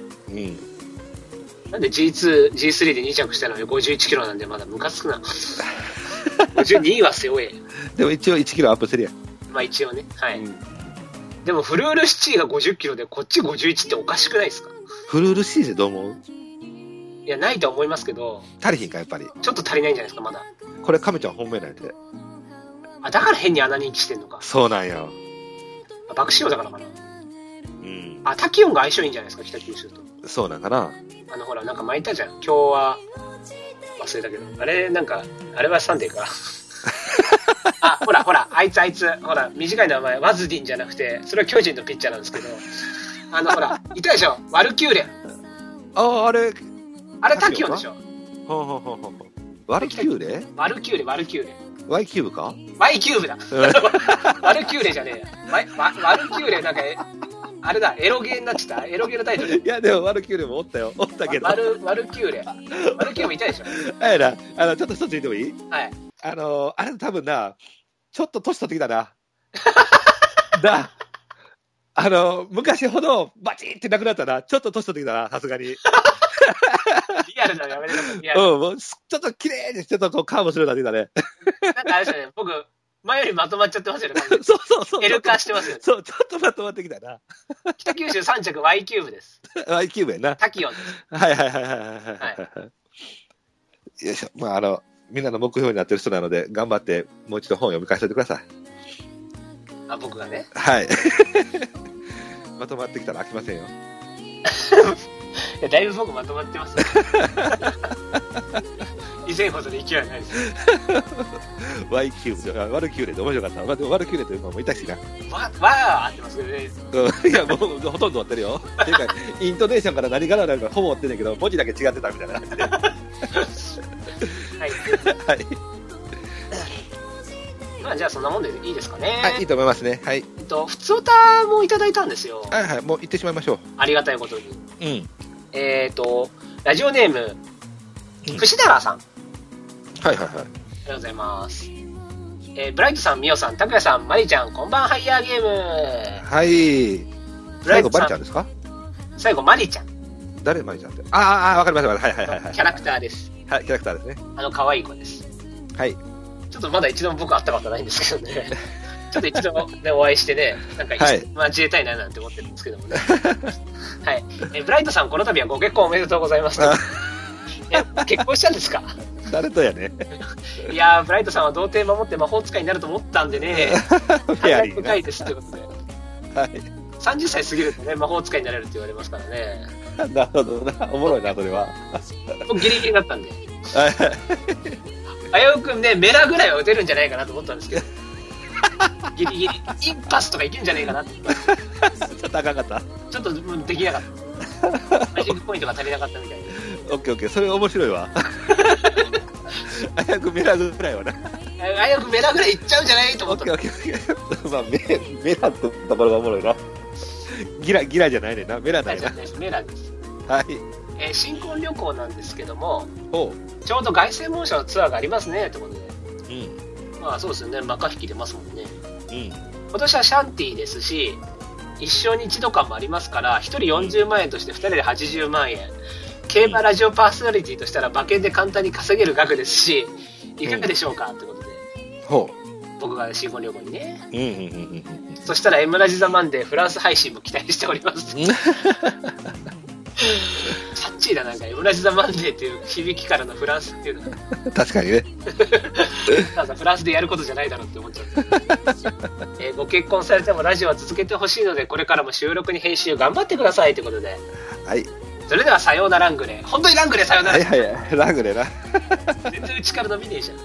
なんで G2、G3 で2着したのに51キロなんでまだムカつくな。52位は背負え。 でも一応1キロアップしてるやん。 一応ね、はい。でもフルールシティが50キロでこっち51っておかしくないですか。 フルールシティでどう思う。 いやないとは思いますけど。 足りひんかやっぱり。 ちょっと足りないんじゃないですかまだ。 これ亀ちゃん本命なんやて。 だから変に穴人気してんのか。 そうなんや。 爆仕様だからかな。タキオンが相性いいんじゃないですか北九州と。 そうなんかな。 ほらなんか巻いたじゃん今日は忘れたけどあれはサンデーか。ほらあいつほら短い名前ワズディンじゃなくてそれは巨人のピッチャーなんですけどほらいたでしょワルキューレ。 あれタキオンでしょ。 ワルキューレワルキューレ Y キューブか Y キューブだ。ワルキューレじゃねえや。ワルキューレなんかあれだエロゲーになっちゃった。エロゲーのタイトル。いやでもワルキューレもおったけどワルキューレもいたでしょ。 はいなちょっと一つ言ってもいい。 はい。 あれ多分なちょっと年取ってきたな。昔ほどバチンってなくなったな。ちょっと年取ってきたなさすがに。 リアルなのやめてください。 もうちょっと綺麗にちょっとカーブするようになってきたね。 なんかあれですよね。僕前よりまとまっちゃってますよね。 そう。 L 化してますよね。 そう、ちょっとまとまってきたな。 北九州3着 Y キューブです。 Y キューブやな。 タキオンです。 はい。よいしょ。みんなの目標になってる人なので、頑張ってもう一度本を読み返しておいてください。 僕がね。 はい。 まとまってきたら飽きませんよ。 いやだいぶ僕まとまってますよ。以前ほどで勢いはないです。 Y キューブで、ワルキューレで面白かった。ワルキューレというのもいたしな。 わー合ってますけどね。 いや、もうほとんど合ってるよ。っていうか、イントネーションから何からなるかほぼ合ってんねんけど、文字だけ違ってたみたいな感じで。はい。はい。 まあ、じゃあそんなもんでいいですかね。 はい、いいと思いますね。はい。 普通歌もいただいたんですよ。 はいはい、もう行ってしまいましょう。 ありがたいことに。 うん。 ラジオネーム、串太郎さん。 はいはいはい。ありがとうございます。ブライトさん、ミオさん、タクヤさん、マリちゃん、こんばんハイヤーゲーム。 はい。最後、マリちゃんですか？ 最後、マリちゃん。 誰マリちゃんって？わかりました。はいはいはい。 キャラクターです。 はい、キャラクターですね。 可愛い子です。はい。ちょっとまだ一度も僕会ったことないんですけどね。ちょっと一度ね、お会いしてね、なんか、はい、交えたいななんて思ってるんですけどもね。はい。ブライトさん、この度はご結婚おめでとうございます。結婚したんですか？ 誰とやね。 いやー、ブライトさんは童貞守って魔法使いになると思ったんでね、早く深いですってことで。はい。30歳過ぎるとね、魔法使いになれるって言われますからね。 なるほどな。おもろいな、それは。 僕ギリギリだったんで。危うくね、メラぐらいは打てるんじゃないかなと思ったんですけど。ギリギリ、インパスとかいけるんじゃないかなって。ちょっと高かった。 ちょっとできなかった。マジックポイントが足りなかったみたいで。 オッケーオッケー、それ面白いわ。早くメラぐらいはな。 早くメラぐらいいっちゃうんじゃないと思った。 オッケーオッケー。まあ、メラってところがおもろいな。ギラじゃないねんな。メラだよな。 メラです。 はい。 新婚旅行なんですけども、ちょうど凱旋門賞のツアーがありますねってことで。うん。まあそうですよね。マカ引き出ますもんね。うん。今年はシャンティーですし、一生に一度間もありますから、1人40万円として2人で80万円。競馬ラジオパーソナリティとしたら馬券で簡単に稼げる額ですし、いかがでしょうかってことで。僕が新婚旅行にね。そしたら M ラジザマンデーフランス配信も期待しております。キャッチーだ、なんか M ラジザマンデーっていう響きからのフランスっていうのが確かにね。 フランスでやることじゃないだろうって思っちゃう。ご結婚されてもラジオは続けてほしいので、これからも収録に編集頑張ってくださいということで。はい。それではさようならラングレー。本当にラングレーさようなら。 はいはい、ラングレーな。 全然うちから伸びねえじゃん。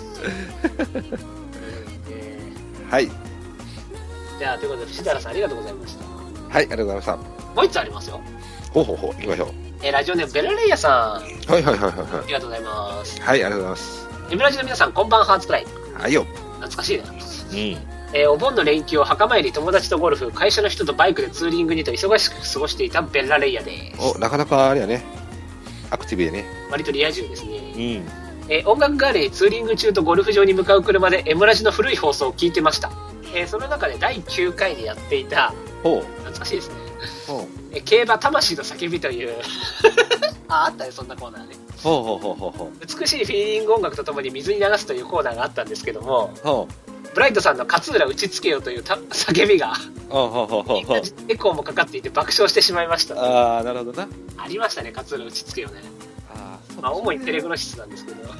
はい。 じゃあということで藤原さんありがとうございました。 はい、ありがとうございました。 もう一つありますよ。 ほう行きましょう。ラジオネームベルレイヤさん。 はい。ありがとうございます。 はい、ありがとうございます。 Mラジの皆さんこんばんはーつくらい。 はいよ。 懐かしいな。お盆の連休を墓参り、友達とゴルフ、会社の人とバイクでツーリングにと忙しく過ごしていたベルラレイヤです。 なかなかあれやね、アクティブやね。 割とリア充ですね。音楽代わりにツーリング中とゴルフ場に向かう車で M ラジの古い放送を聞いてました。その中で第9回にやっていた、懐かしいですね。競馬魂の叫びというあったね、そんなコーナーね。美しいフィーリング音楽とともに水に流すというコーナーがあったんですけども、ブライトさんの勝浦打ちつけよという叫びがエコーもかかっていて爆笑してしまいました。 ああ、なるほどな。 ありましたね、勝浦打ちつけよね。まあ主にテレグロ室なんですけど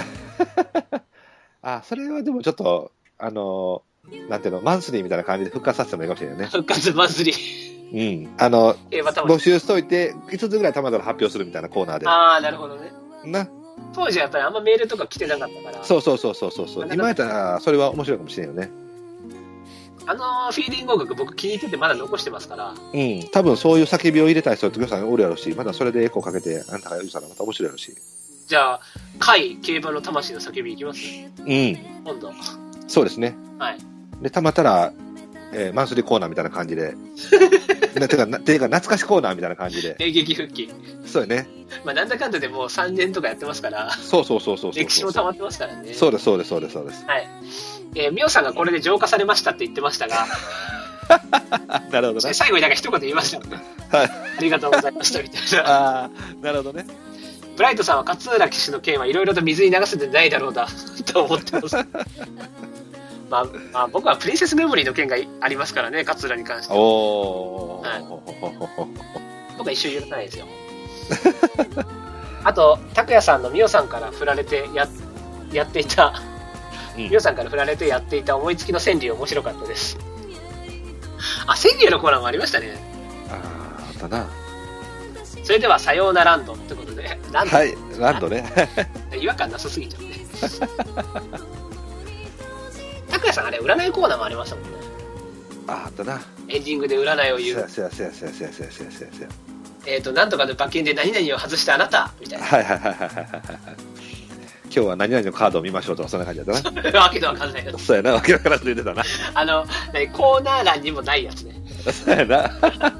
それはでもちょっとなんていうの、マンスリーみたいな感じで復活させてもいいかもしれないね。 復活マンスリー。 募集しといて5つぐらいたまったら発表するみたいなコーナーで。 ああ、なるほどね。 な。 当時はやっぱりあんまメールとか来てなかったから。 そう。今やったらそれは面白いかもしれんよね。 フィーリング音楽僕気に入っててまだ残してますから。 多分そういう叫びを入れたい人って皆さんおるやろうし、まだそれでエコーかけてあんたが言うたらまた面白いやろうし。 じゃあ競馬の魂の叫びいきます？今度。 そうですね。 はい。 でたまったら、マンスリーコーナーみたいな感じでてか懐かしコーナーみたいな感じで演劇復帰。 そうよね。 まあなんだかんだでもう3年とかやってますから。 そう歴史も溜まってますからね。 そうです。はい。 ミオさんがこれで浄化されましたって言ってましたがなるほどね。 最後になんか一言言いましたよね。はい。ありがとうございましたみたいな。なるほどね。 ブライトさんは勝浦騎手の件はいろいろと水に流せてないだろうなと思ってますまあ僕はプリンセスメモリーの件がありますからね、勝浦に関しては。僕は一生許さないですよあと拓也さんのミオさんから振られてやっていた、ミオさんから振られてやっていた思いつきの川柳面白かったです。 あ、川柳のコーナーもありましたね。 あったな。 それでは、さようなランドってことで。 ランド。はい、ランドね。 違和感なさすぎちゃうね。拓也さん、あれ、占いコーナーもありましたもんね。 あったな。 エンディングで占いを言う。 せや。 なんとかの馬券で何々を外したあなたみたいな。 はい。今日は何々のカードを見ましょうとか、そんな感じだったな。 わけのわかんないやつ。 そうやな、わけわからんと言ってたな。 コーナー欄にもないやつね。 そうやな。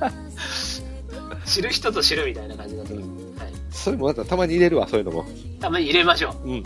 知る人ぞ知るみたいな感じだと、はい、 それもたまに入れるわ、そういうのも。 たまに入れましょう。 はい、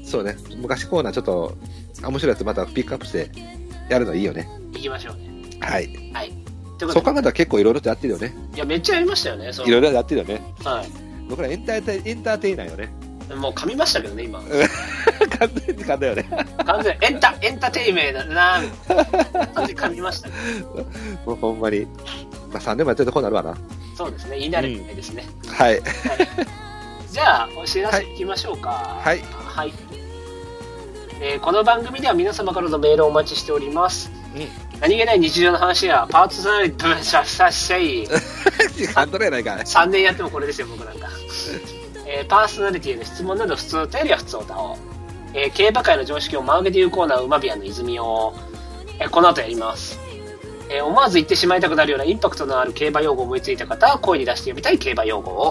そうね。昔コーナーちょっと面白いやつまたピックアップしてやるのいいよね。 行きましょうね。 はい。 はい。 そう考えたら結構いろいろとやってるよね。 いや、めっちゃやりましたよね。 いろいろやってるよね。 はい。 僕らエンターテイナーよね。 もう噛みましたけどね、今。 完全に噛んだよね。 完全にエンターテイメンだなぁ。完全に噛みましたけど。 もうほんまに。まあ3年もやってるとこうなるわな。 そうですね、言い慣れてないですね。 はい。 じゃあ、お知らせいきましょうか。 はい。 はい。この番組では皆様からのメールをお待ちしております。何気ない日常の話やパーツナリティーシャッシャイ3年やってもこれですよ、僕なんか。パーソナリティへの質問など普通お便りは普通おたを、競馬界の常識をマーケティングコーナー馬ビアの泉を、この後やります。思わず言ってしまいたくなるようなインパクトのある競馬用語を思いついた方は声に出して読みたい競馬用語を、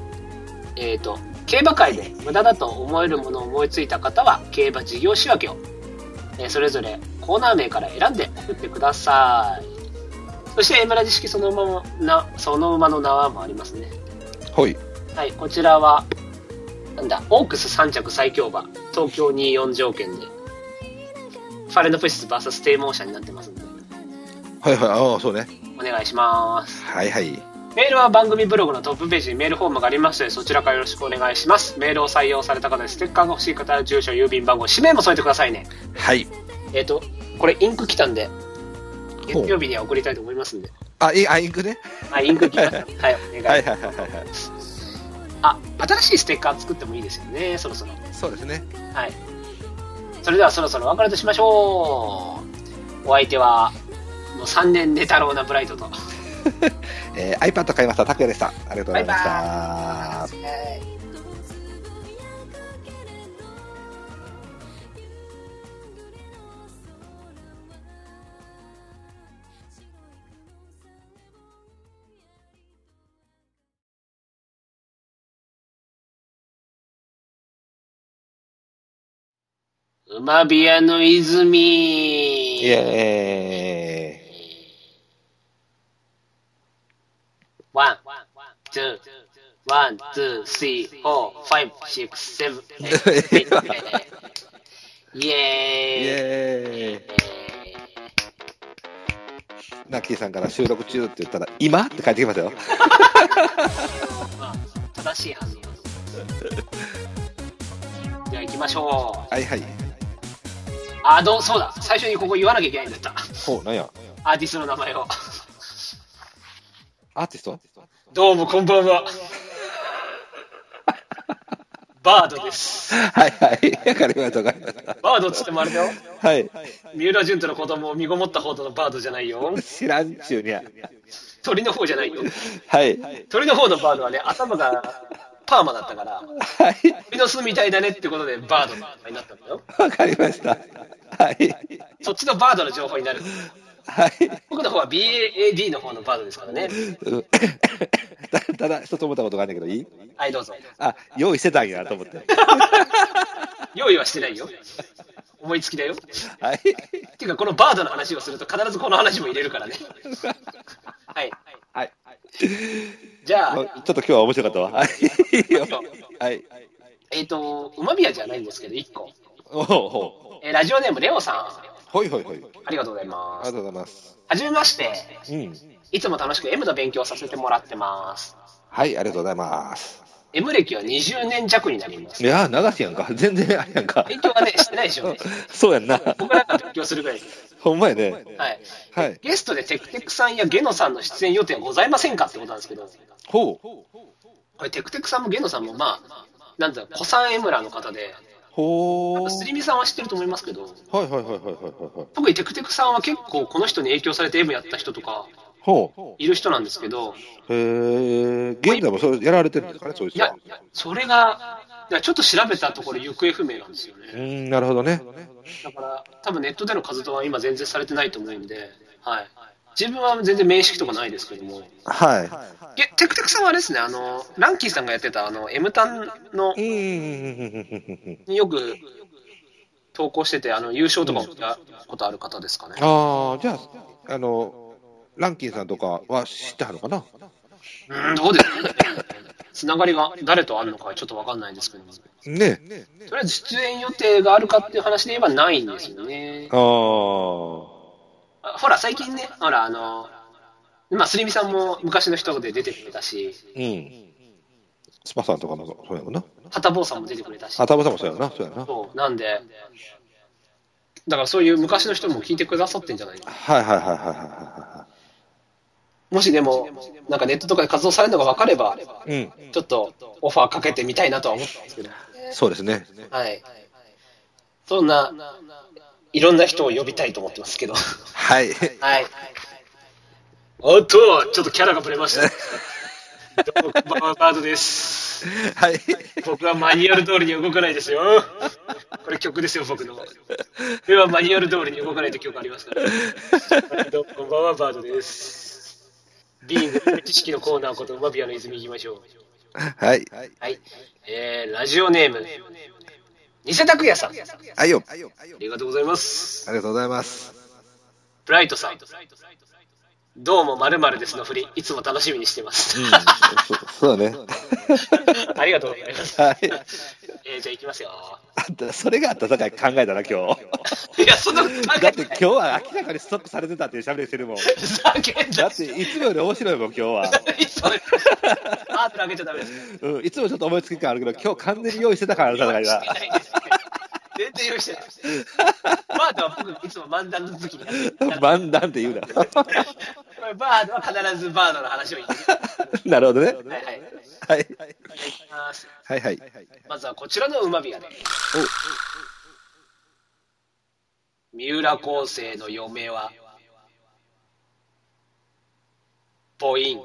競馬界で無駄だと思えるものを思いついた方は競馬事業仕分けを、それぞれコーナー名から選んで送ってください。そして村地式その馬の縄もありますね。 はい。 はい、こちらはオークス3着最強馬東京24条件でファレノプシス VS テイモーシャンになってますんで。 はいはい、ああ、そうね。 お願いします。 はいはい。 メールは番組ブログのトップページにメールフォームがありますので、そちらからよろしくお願いします。メールを採用された方でステッカーが欲しい方は住所、郵便番号、氏名も添えてくださいね。 はい。 これインク来たんで月曜日には送りたいと思いますんで。 インクね。 インク来ました。はい、お願いします。 はい。 新しいステッカー作ってもいいですよね、そろそろ。 そうですね。 はい。それではそろそろお別れとしましょう。お相手はもう3年寝太郎なブライトと iPad 買いました拓也でした。ありがとうございました。 バイバーイ。馬ビアの泉。 イエーイ。 ワン、ツー、スリー、フォー、ファイブ、シックス、セブン、エイト。イエーイ。 ナッキーさんから収録中って言ったら、今って返ってきますよ。 まあ、正しい反応。では行きましょう。 はいはい。 そうだ、最初にここ言わなきゃいけないんだった。 なんや。 アーティストの名前を。 アーティスト？ どうもこんばんは。バードです。 はいはい。わかりました。 バードっつってもあれだよ。 はい。 三浦淳との子供を身ごもった方のバードじゃないよ。 知らんちゅうにゃ。 鳥の方じゃないよ。 はい。 鳥の方のバードはね、頭がパーマだったから、はい。鳥の巣みたいだねってことでバードになったんだよ。 わかりました。はい。 そっちのバードの情報になる。 はい。 僕の方は BAD の方のバードですからね。 ただ、一つ思ったことがあるんだけど、いい？ はい、どうぞ。 用意してたんやと思って。 用意はしてないよ。思いつきだよ。 はい。 っていうか、このバードの話をすると必ずこの話も入れるからね。はい。 はい。 じゃあ、 ちょっと今日は面白かったわ。はい。はい。 馬ビアじゃないんですけど、1個。ラジオネームレオさん。 はいはいはい。 ありがとうございます。 ありがとうございます。 はじめまして。いつも楽しく M の勉強させてもらってます。 はい、ありがとうございます。 M 歴は20年弱になります。 いやー、長しやんか。全然あれやんか。 勉強はね、してないでしょうね。 そうやんな。 僕らが勉強するぐらいです。 ほんまやね。 はい。 はい。 ゲストでテクテクさんやゲノさんの出演予定はございませんかってことなんですけど。 ほう。 これテクテクさんもゲノさんもまあ、なんだろう、古参エムラの方で、 ほー。 すりみさんは知ってると思いますけど、 はいはいはいはいはいはい。 特にテクテクさんは結構この人に影響されて M やった人とか、いる人なんですけど、 現在もそれやられてるんですかね、そういう人は。 いや、それが、ちょっと調べたところ行方不明なんですよね。 なるほどね。 だから、多分ネットでの活動は今全然されてないと思うんで、はい。自分は全然面識とかないですけども。 はい。 テクテクさんはあれですね、ランキーさんがやってた、M タンの、によく投稿してて、優勝とかもやったことある方ですかね。 ああ、じゃあ、ランキーさんとかは知ってはるのかな？ どうですかね。つながりが誰とあるのかちょっとわかんないですけども。 ね。 とりあえず出演予定があるかっていう話で言えばないんですよね。ほら、最近ね、ほら、すりみさんも昔の人で出てくれたし、 スパさんとかもそうやもんな。 はたぼうさんも出てくれたし。 はたぼうさんもそうやな、そうやな。 そう、なんで、だからそういう昔の人も聞いてくださってんじゃないか。 はいはいはいはいはい。 もしでも、なんかネットとかで活動されるのが分かれば、ちょっとオファーかけてみたいなとは思ったんですけど。 そうですね。 はい。そんな、いろんな人を呼びたいと思ってますけど。 はい。 はい。おっと、ちょっとキャラがぶれました。どうも、こんばんは、バードです。 はい。 僕はマニュアル通りに動かないですよ。これ曲ですよ、僕の。では、マニュアル通りに動かないと曲ありますから。どうも、こんばんは、バードです。ビーング知識のコーナーこと馬ビアの泉行きましょう。 はい。 はい。ラジオネーム、偽拓也さん。 はいよ。 ありがとうございます。 ありがとうございます。 ブライトさん。どうも〇〇ですの振り、いつも楽しみにしてます。 そうだね。 ありがとうございます。 はい。 じゃあ行きますよ。 それがあったさかい考えたな、今日。 いや、そんなこと考えだって今日は明らかにストップされてたっていう喋りしてるもん。だっていつもより面白いもん、今日は。 アート投げちゃダメです。 いつもちょっと思いつき感あるけど、今日完全に用意してたからな、戦いが。 全然用意してない。バードは僕いつも漫談の時にやってる。 漫談って言うな。 バードは必ずバードの話を言ってる。 なるほどね。はいはい。 はいはい。 まずはこちらの馬ビアで。三浦昴生の嫁はボイン。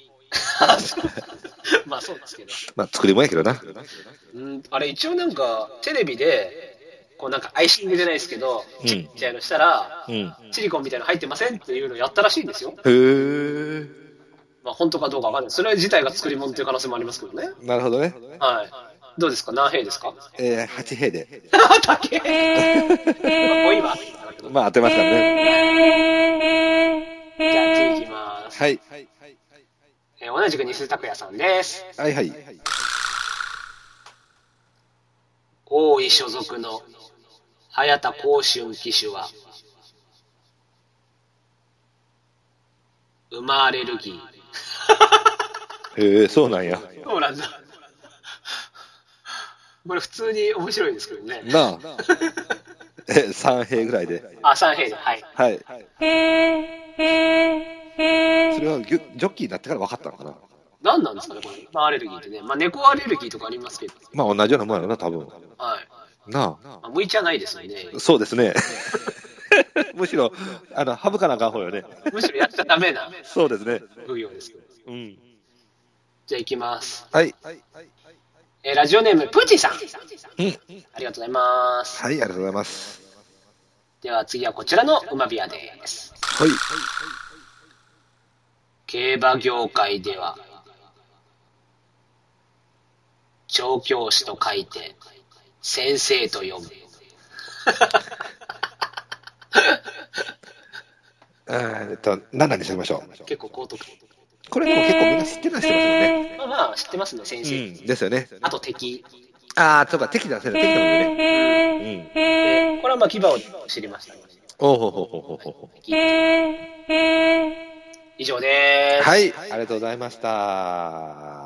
まあそうですけど。 まあ作りもんやけどな。 あれ一応なんかテレビでこうなんかアイシングじゃないですけど、ちっちゃいのしたら、シリコンみたいなの入ってませんっていうのをやったらしいんですよ。 へー。まあ本当かどうかわかんない。それ自体が作り物っていう可能性もありますけどね。 なるほどね。 はい。どうですか？何兵ですか ？8兵で。 高え。もう今。 まあ当てますからね。 じゃあ次いきます。 はい。 同じく西拓也さんです。 はいはい。 大井所属の早田光春騎手は馬アレルギー。 へえ、そうなんや。 そうなんだ。これ普通に面白いですけどね。 なあ。3兵ぐらいで。 3兵で、はい。 はい。それはジョッキーになってから分かったのかな。 何なんですかね、これ。アレルギーってね。まあ、猫アレルギーとかありますけど。 まあ、同じようなもんやろな、多分。 はい。 なあ。向いちゃないですよね。 そうですね。むしろ、省かなあかん方よね。 むしろやっちゃダメな。 そうですね。 副業ですけど。じゃあ行きます。 はい。 ラジオネーム、プーチンさん。ありがとうございます。 はい、ありがとうございます。 では次はこちらの馬ビアです。 はい。 競馬業界では、調教師と書いて、先生と呼ぶ。 7にしましょう。 結構高得点。 これでも結構みんな知ってる人ますよね。 まあ知ってますね、先生。 ですよね。 あと敵。 そうか、敵だせる。敵でもいいね。 で、これはまあ牙を知りましたね。以上でーす。 はい、ありがとうございました。